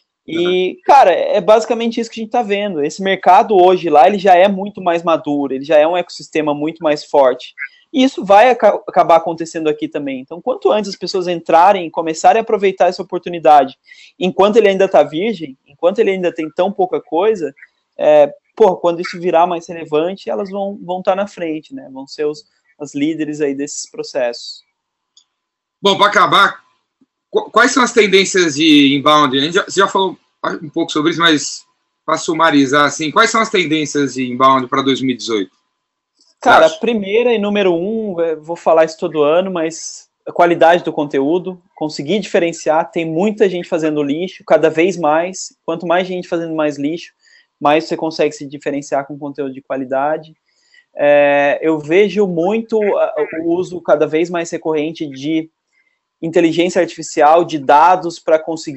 E, cara, é basicamente isso que a gente está vendo. Esse mercado hoje lá, ele já é muito mais maduro, ele já é um ecossistema muito mais forte. E isso vai ac- acabar acontecendo aqui também. Então, quanto antes as pessoas entrarem e começarem a aproveitar essa oportunidade, enquanto ele ainda está virgem, enquanto ele ainda tem tão pouca coisa, é, pô, quando isso virar mais relevante, elas vão vão estar na frente, né? Vão ser os, as líderes aí desses processos. Bom, para acabar, quais são as tendências de inbound? A gente já, você já falou um pouco sobre isso, mas para sumarizar, assim, quais são as tendências de inbound para dois mil e dezoito? Cara, a primeira e número um, vou falar isso todo ano, mas a qualidade do conteúdo, conseguir diferenciar, tem muita gente fazendo lixo, cada vez mais, quanto mais gente fazendo mais lixo, mais você consegue se diferenciar com conteúdo de qualidade. É, eu vejo muito o uso cada vez mais recorrente de inteligência artificial, de dados para conseguir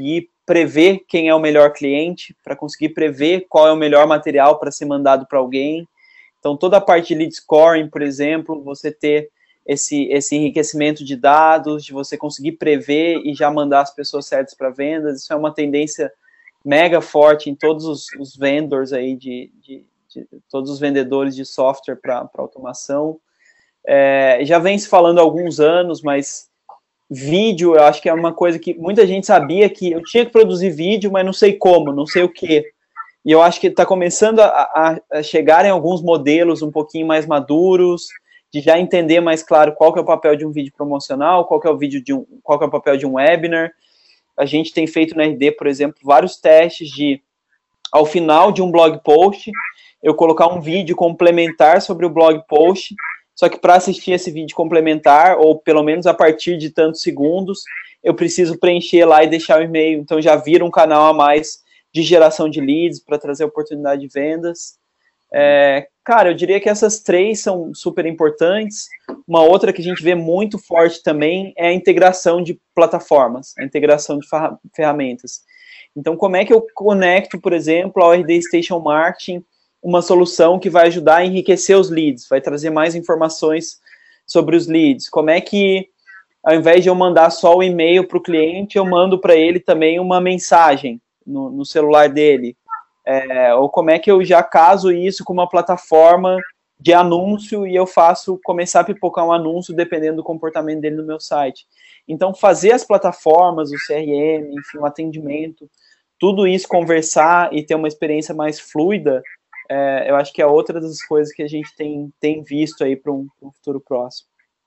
prever quem é o melhor cliente, para conseguir prever qual é o melhor material para ser mandado para alguém. Então, toda a parte de lead scoring, por exemplo, você ter esse, esse enriquecimento de dados, de você conseguir prever e já mandar as pessoas certas para vendas, isso é uma tendência mega forte em todos os, os vendors aí, de, de, de todos os vendedores de software para automação. É, já vem se falando há alguns anos, mas vídeo, eu acho que é uma coisa que muita gente sabia que eu tinha que produzir vídeo, mas não sei como, não sei o que. E eu acho que está começando a, a, a chegar em alguns modelos um pouquinho mais maduros, de já entender mais claro qual que é o papel de um vídeo promocional, qual que é o vídeo de um, qual que é o papel de um webinar. A gente tem feito na R D, por exemplo, vários testes de, ao final de um blog post, eu colocar um vídeo complementar sobre o blog post, só que para assistir esse vídeo complementar, ou pelo menos a partir de tantos segundos, eu preciso preencher lá e deixar o e-mail. Então já vira um canal a mais de geração de leads para trazer oportunidade de vendas. É, cara, eu diria que essas três são super importantes. Uma outra que a gente vê muito forte também é a integração de plataformas, a integração de ferramentas. Então, como é que eu conecto, por exemplo, ao R D Station Marketing uma solução que vai ajudar a enriquecer os leads, vai trazer mais informações sobre os leads? Como é que, ao invés de eu mandar só o e-mail para o cliente, eu mando para ele também uma mensagem no, no celular dele? É, ou como é que eu já caso isso com uma plataforma de anúncio e eu faço começar a pipocar um anúncio dependendo do comportamento dele no meu site? Então, fazer as plataformas, o C R M, enfim, o atendimento, tudo isso, conversar e ter uma experiência mais fluida, é, eu acho que é outra das coisas que a gente tem, tem visto aí para um, um futuro próximo.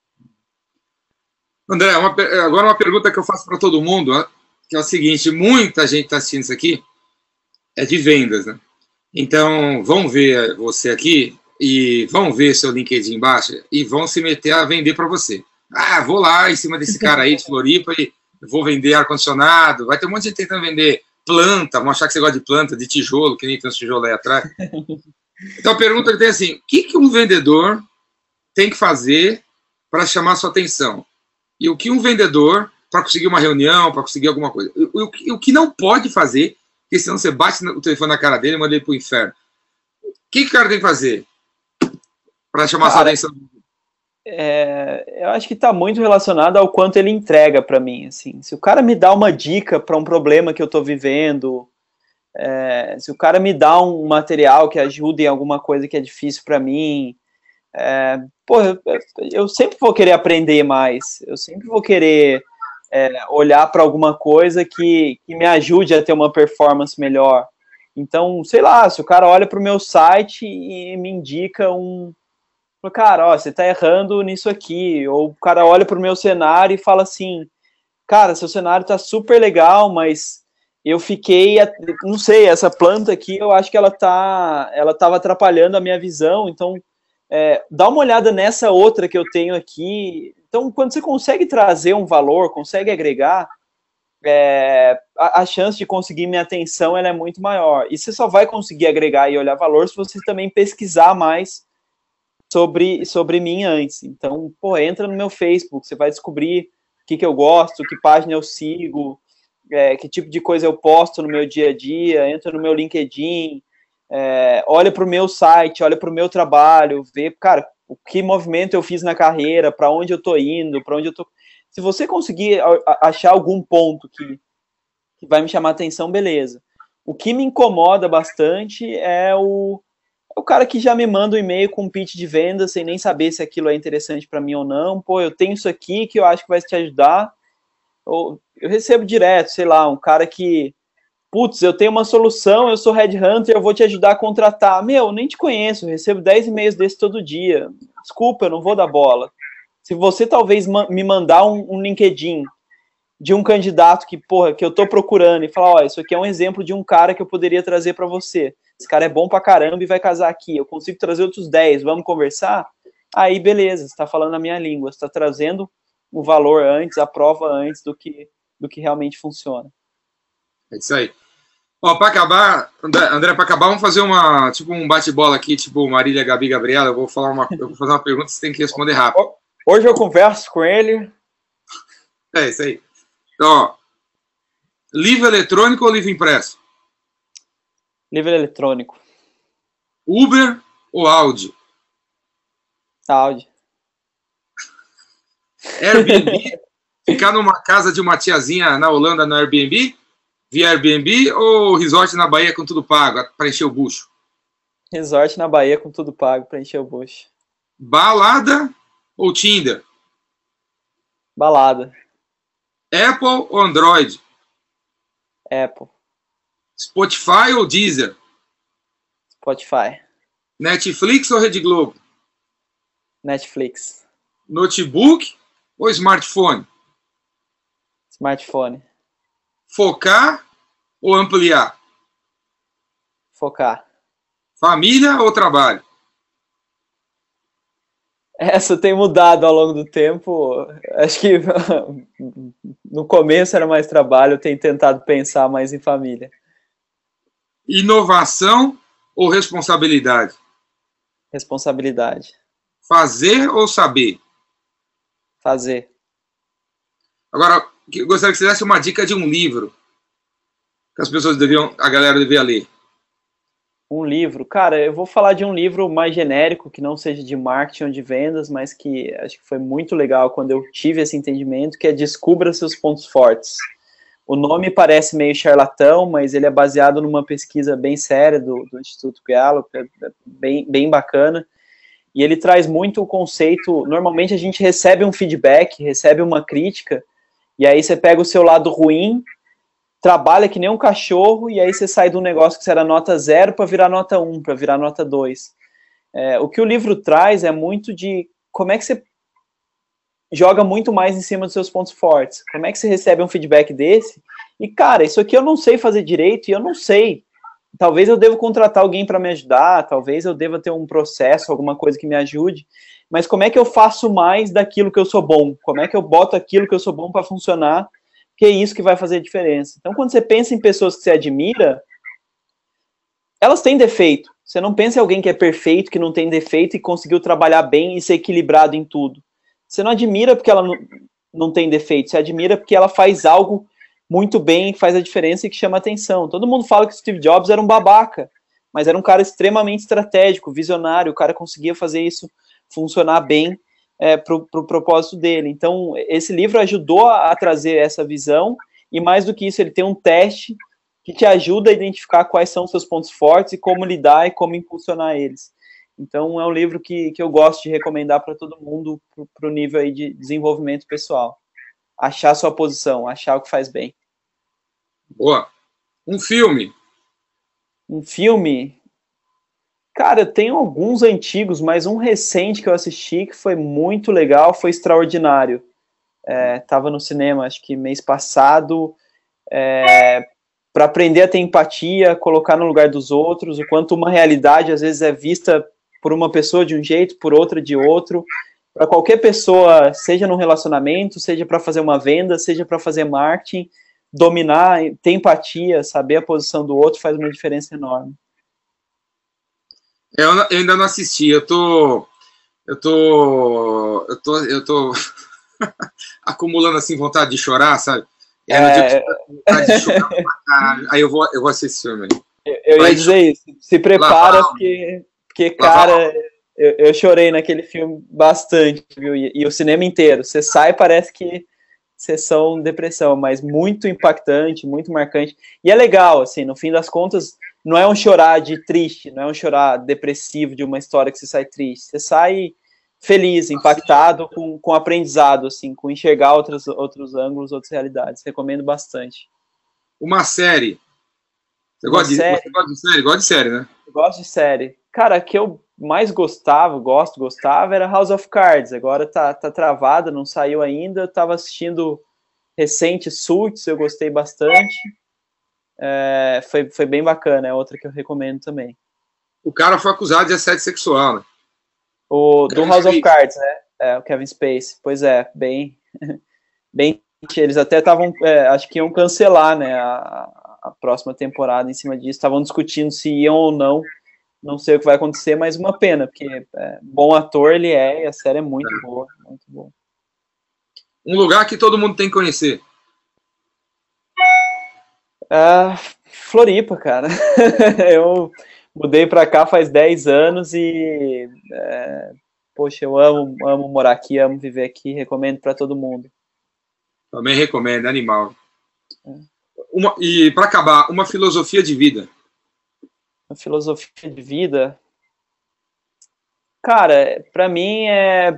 André, uma, agora uma pergunta que eu faço para todo mundo, que é o seguinte: muita gente está assistindo isso aqui, é de vendas, né? Então, vão ver você aqui e vão ver seu LinkedIn embaixo e vão se meter a vender para você. Ah, vou lá em cima desse cara aí de Floripa e vou vender ar-condicionado. Vai ter um monte de gente tentando vender planta, vão achar que você gosta de planta, de tijolo, que nem tem uns tijolos aí atrás. Então, a pergunta que tem é assim: o que, que um vendedor tem que fazer para chamar a sua atenção? E o que um vendedor, para conseguir uma reunião, para conseguir alguma coisa? O, o, o que não pode fazer, porque senão você bate o telefone na cara dele e manda ele para o inferno. O que, que o cara tem que fazer para chamar cara, a sua atenção? É, eu acho que está muito relacionado ao quanto ele entrega para mim. Assim. Se o cara me dá uma dica para um problema que eu estou vivendo, é, se o cara me dá um material que ajude em alguma coisa que é difícil para mim, é, pô, eu, eu sempre vou querer aprender mais, eu sempre vou querer é, olhar para alguma coisa que, que me ajude a ter uma performance melhor. Então, sei lá, se o cara olha para o meu site e me indica um... Cara, ó, você tá errando nisso aqui. Ou o cara olha pro meu cenário e fala assim: cara, seu cenário tá super legal, mas eu fiquei, não sei, essa planta aqui, eu acho que ela tá, ela tava atrapalhando a minha visão, então é, dá uma olhada nessa outra que eu tenho aqui. Então, quando você consegue trazer um valor, consegue agregar, é, a, a chance de conseguir minha atenção ela é muito maior. E você só vai conseguir agregar e olhar valor se você também pesquisar mais sobre, sobre mim antes. Então, pô, entra no meu Facebook, você vai descobrir o que, que eu gosto, que página eu sigo, é, que tipo de coisa eu posto no meu dia a dia, entra no meu LinkedIn, é, olha para o meu site, olha para o meu trabalho, vê, cara, o que movimento eu fiz na carreira, para onde eu tô indo, para onde eu tô... Se você conseguir achar algum ponto que, que vai me chamar a atenção, beleza. O que me incomoda bastante é o O cara que já me manda um e-mail com um pitch de venda sem nem saber se aquilo é interessante para mim ou não. Pô, eu tenho isso aqui que eu acho que vai te ajudar. Ou eu recebo direto, sei lá, um cara que, putz, eu tenho uma solução, eu sou headhunter, eu vou te ajudar a contratar. Meu, nem te conheço, eu recebo dez e-mails desses todo dia. Desculpa, eu não vou dar bola. Se você talvez me mandar um, um LinkedIn de um candidato que, porra, que eu tô procurando e falar, ó, isso aqui é um exemplo de um cara que eu poderia trazer para você. Esse cara é bom pra caramba e vai casar aqui. Eu consigo trazer outros dez, vamos conversar? Aí, beleza, você tá falando a minha língua, você tá trazendo o valor antes, a prova antes do que, do que realmente funciona. É isso aí. Ó, pra acabar, André, André pra acabar, vamos fazer uma, tipo um bate-bola aqui, tipo Marília, Gabi, Gabriela. Eu vou falar uma, eu vou fazer uma pergunta, você tem que responder rápido. Hoje eu converso com ele. É isso aí. Então, ó, Livro eletrônico ou livro impresso? Livro eletrônico. Uber ou Audi? Audi. Airbnb? Ficar numa casa de uma tiazinha na Holanda no Airbnb? Via Airbnb ou resort na Bahia com tudo pago, para encher o bucho? Resort na Bahia com tudo pago, para encher o bucho. Balada ou Tinder? Balada. Apple ou Android? Apple. Spotify ou Deezer? Spotify. Netflix ou Rede Globo? Netflix. Notebook ou smartphone? Smartphone. Focar ou ampliar? Focar. Família ou trabalho? Essa tem mudado ao longo do tempo. Acho que no começo era mais trabalho, eu tenho tentado pensar mais em família. Inovação ou responsabilidade? Responsabilidade. Fazer ou saber? Fazer. Agora, eu gostaria que você desse uma dica de um livro que as pessoas deviam, a galera devia ler. Um livro, cara, eu vou falar de um livro mais genérico, que não seja de marketing ou de vendas, mas que acho que foi muito legal quando eu tive esse entendimento, que é Descubra Seus Pontos Fortes. O nome parece meio charlatão, mas ele é baseado numa pesquisa bem séria do, do Instituto Gallup, é bem, bem bacana, e ele traz muito o conceito, normalmente a gente recebe um feedback, recebe uma crítica, e aí você pega o seu lado ruim, trabalha que nem um cachorro, e aí você sai de um negócio que você era nota zero para virar nota um, para virar nota dois. É, o que o livro traz é muito de como é que você joga muito mais em cima dos seus pontos fortes. Como é que você recebe um feedback desse? E, cara, isso aqui eu não sei fazer direito, e eu não sei. Talvez eu deva contratar alguém para me ajudar, talvez eu deva ter um processo, alguma coisa que me ajude, mas como é que eu faço mais daquilo que eu sou bom? Como é que eu boto aquilo que eu sou bom para funcionar? Que é isso que vai fazer a diferença. Então, quando você pensa em pessoas que você admira, elas têm defeito. Você não pensa em alguém que é perfeito, que não tem defeito e conseguiu trabalhar bem e ser equilibrado em tudo. Você não admira porque ela não, não tem defeito, você admira porque ela faz algo muito bem, que faz a diferença e que chama atenção. Todo mundo fala que o Steve Jobs era um babaca, mas era um cara extremamente estratégico, visionário, o cara conseguia fazer isso funcionar bem É, para o pro propósito dele. Então, esse livro ajudou a, a trazer essa visão, e mais do que isso, ele tem um teste que te ajuda a identificar quais são os seus pontos fortes e como lidar e como impulsionar eles. Então, é um livro que, que eu gosto de recomendar para todo mundo, para o nível aí de desenvolvimento pessoal. Achar a sua posição, achar o que faz bem. Boa. Um filme. Um filme... Cara, eu tenho alguns antigos, mas um recente que eu assisti que foi muito legal, foi Extraordinário. É, tava no cinema, acho que mês passado, é, para aprender a ter empatia, colocar no lugar dos outros, o quanto uma realidade às vezes é vista por uma pessoa de um jeito, por outra de outro. Para qualquer pessoa, seja num relacionamento, seja para fazer uma venda, seja para fazer marketing, dominar, ter empatia, saber a posição do outro faz uma diferença enorme. Eu, eu ainda não assisti, eu tô. Eu tô. Eu tô. Eu tô acumulando assim vontade de chorar, sabe? E aí, é... no dia que eu tô vontade de chorar, caralho, aí eu vou, eu vou assistir esse filme ali. Eu, eu ia dizer isso, se prepara, porque, porque cara, eu, eu chorei naquele filme bastante, viu? E, e o cinema inteiro. Você sai, parece que sessão depressão, mas muito impactante, muito marcante. E é legal, assim, no fim das contas. Não é um chorar de triste, não é um chorar depressivo de uma história que você sai triste. Você sai feliz, impactado, com, com aprendizado, assim, com enxergar outros, outros ângulos, outras realidades. Recomendo bastante. Uma série. Você, uma gosta, de, série? você gosta de série? Gosta de série, né? Eu gosto de série. Cara, a que eu mais gostava, gosto, gostava, era House of Cards. Agora tá, tá travada, não saiu ainda. Eu tava assistindo recente Suits, eu gostei bastante. É, foi, foi bem bacana, é outra que eu recomendo também. O cara foi acusado de assédio sexual, né? O do House of Cards, né? É, o Kevin Spacey. Pois é, bem... bem eles até estavam... É, acho que iam cancelar, né? A, a próxima temporada em cima disso. Estavam discutindo se iam ou não. Não sei o que vai acontecer, mas uma pena, porque é, bom ator ele é e a série é muito é. boa. Muito boa. Um lugar que todo mundo tem que conhecer. Ah, Floripa, cara. Eu mudei para cá faz dez anos e, é, poxa, eu amo, amo morar aqui, amo viver aqui, recomendo para todo mundo. Também recomendo, animal. Uma, e para acabar, uma filosofia de vida. Uma filosofia de vida, cara, para mim é,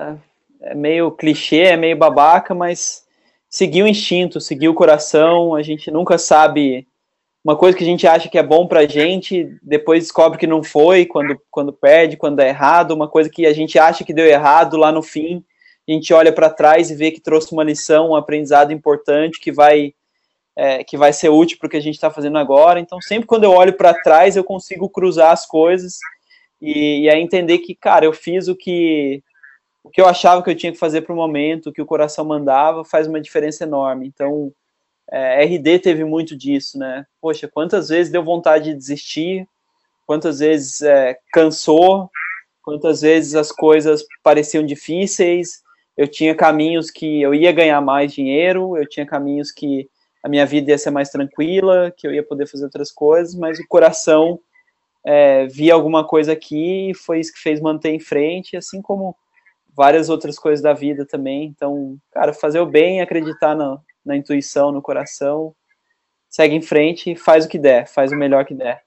é meio clichê, é meio babaca, mas seguir o instinto, seguir o coração. A gente nunca sabe. Uma coisa que a gente acha que é bom pra gente, depois descobre que não foi, quando, quando perde, quando é errado. Uma coisa que a gente acha que deu errado, lá no fim, a gente olha para trás e vê que trouxe uma lição, um aprendizado importante que vai, é, que vai ser útil para o que a gente está fazendo agora. Então, sempre quando eu olho para trás, eu consigo cruzar as coisas e, e aí entender que, cara, eu fiz o que, o que eu achava que eu tinha que fazer para o momento, o que o coração mandava, faz uma diferença enorme. Então, É, R D teve muito disso, né? Poxa, quantas vezes deu vontade de desistir, quantas vezes é, cansou, quantas vezes as coisas pareciam difíceis, eu tinha caminhos que eu ia ganhar mais dinheiro, eu tinha caminhos que a minha vida ia ser mais tranquila, que eu ia poder fazer outras coisas, mas o coração é, via alguma coisa aqui e foi isso que fez manter em frente, assim como várias outras coisas da vida também. Então, cara, fazer o bem, acreditar na na intuição, no coração, segue em frente, faz o que der, faz o melhor que der.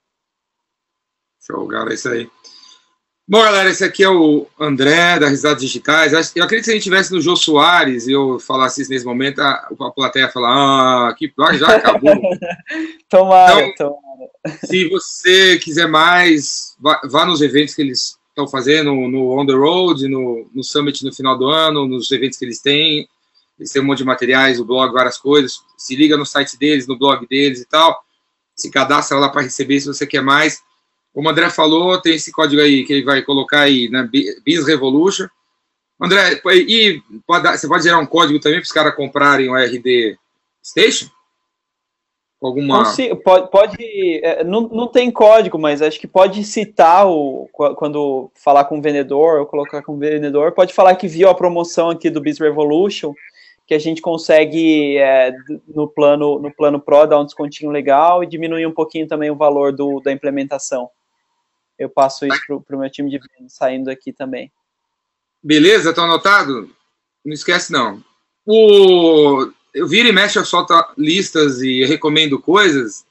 Show, galera, é isso aí. Bom, galera, esse aqui é o André, da Risadas Digitais. Eu acredito que se a gente estivesse no Jô Soares e eu falasse isso nesse momento, a, a plateia ia falar, ah, que já acabou. Tomara, então, tomara. Se você quiser mais, vá, vá nos eventos que eles estão fazendo, no On The Road, no, no Summit no final do ano, nos eventos que eles têm. Eles têm um monte de materiais, o blog, várias coisas. Se liga no site deles, no blog deles e tal. Se cadastra lá para receber se você quer mais. Como o André falou, tem esse código aí que ele vai colocar aí, né? Biz Revolution. André, e pode dar, você pode gerar um código também para os caras comprarem o R D Station? Alguma... Consigo, pode, pode não, não tem código, mas acho que pode citar o, quando falar com o vendedor, ou colocar com o vendedor, pode falar que viu a promoção aqui do Biz Revolution, que a gente consegue, é, no, plano, no plano Pro, dar um descontinho legal e diminuir um pouquinho também o valor do, da implementação. Eu passo isso para o meu time de vendas, saindo aqui também. Beleza, tá anotado? Não esquece, não. O... Eu viro e mexo, eu solto listas e recomendo coisas.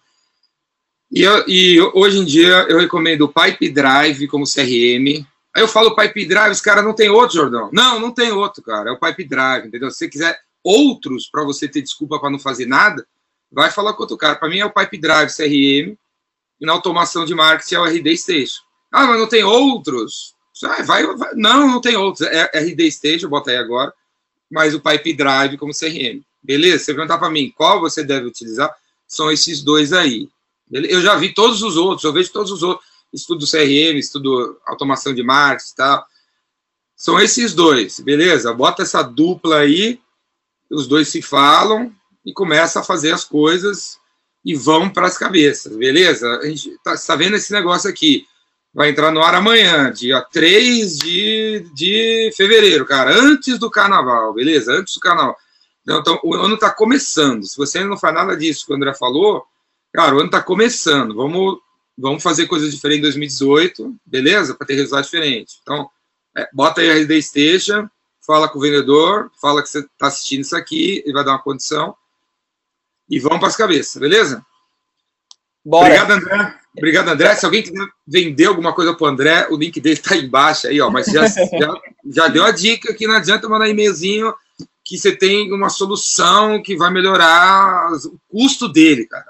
E, eu, e hoje em dia eu recomendo o Pipe Drive como C R M. Aí eu falo Pipe Drive, os caras não tem outro, Jordão. Não, não tem outro, cara. É o Pipe Drive, entendeu? Se você quiser outros para você ter desculpa para não fazer nada, vai falar com outro cara. Para mim é o Pipe Drive C R M e na automação de marketing é o R D Station. Ah, mas não tem outros? Vai, vai. Não, não tem outros. É R D Station, bota aí agora, mas o Pipe Drive como C R M. Beleza? Você perguntar para mim qual você deve utilizar, são esses dois aí. Beleza? Eu já vi todos os outros, eu vejo todos os outros. Estudo C R M, estudo automação de marketing e tal. São esses dois, beleza? Bota essa dupla aí, os dois se falam e começa a fazer as coisas e vão para as cabeças, beleza? A gente está tá vendo esse negócio aqui. Vai entrar no ar amanhã, dia três de, de fevereiro, cara, antes do carnaval, beleza? Antes do carnaval. Então, o ano está começando. Se você ainda não faz nada disso que o André falou, cara, o ano está começando. Vamos... Vamos fazer coisas diferentes em dois mil e dezoito, beleza? Para ter resultado diferente. Então, é, bota aí a R D Station, fala com o vendedor, fala que você está assistindo isso aqui, ele vai dar uma condição. E vamos para as cabeças, beleza? Bora. Obrigado, André. Obrigado, André. Se alguém quiser vender alguma coisa para o André, o link dele está embaixo aí, ó. Mas já, já, já deu a dica que não adianta mandar e-mailzinho que você tem uma solução que vai melhorar o custo dele, cara.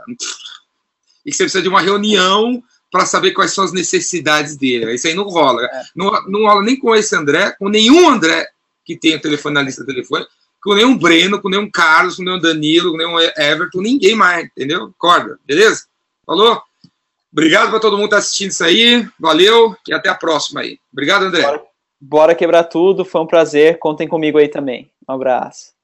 E que você precisa de uma reunião para saber quais são as necessidades dele. Isso aí não rola. É. Não, não rola nem com esse André, com nenhum André que tem o telefone na lista do telefone, com nenhum Breno, com nenhum Carlos, com nenhum Danilo, com nenhum Everton, ninguém mais, entendeu? Acorda, beleza? Falou? Obrigado para todo mundo que está assistindo isso aí. Valeu e até a próxima aí. Obrigado, André. Bora, bora quebrar tudo. Foi um prazer. Contem comigo aí também. Um abraço.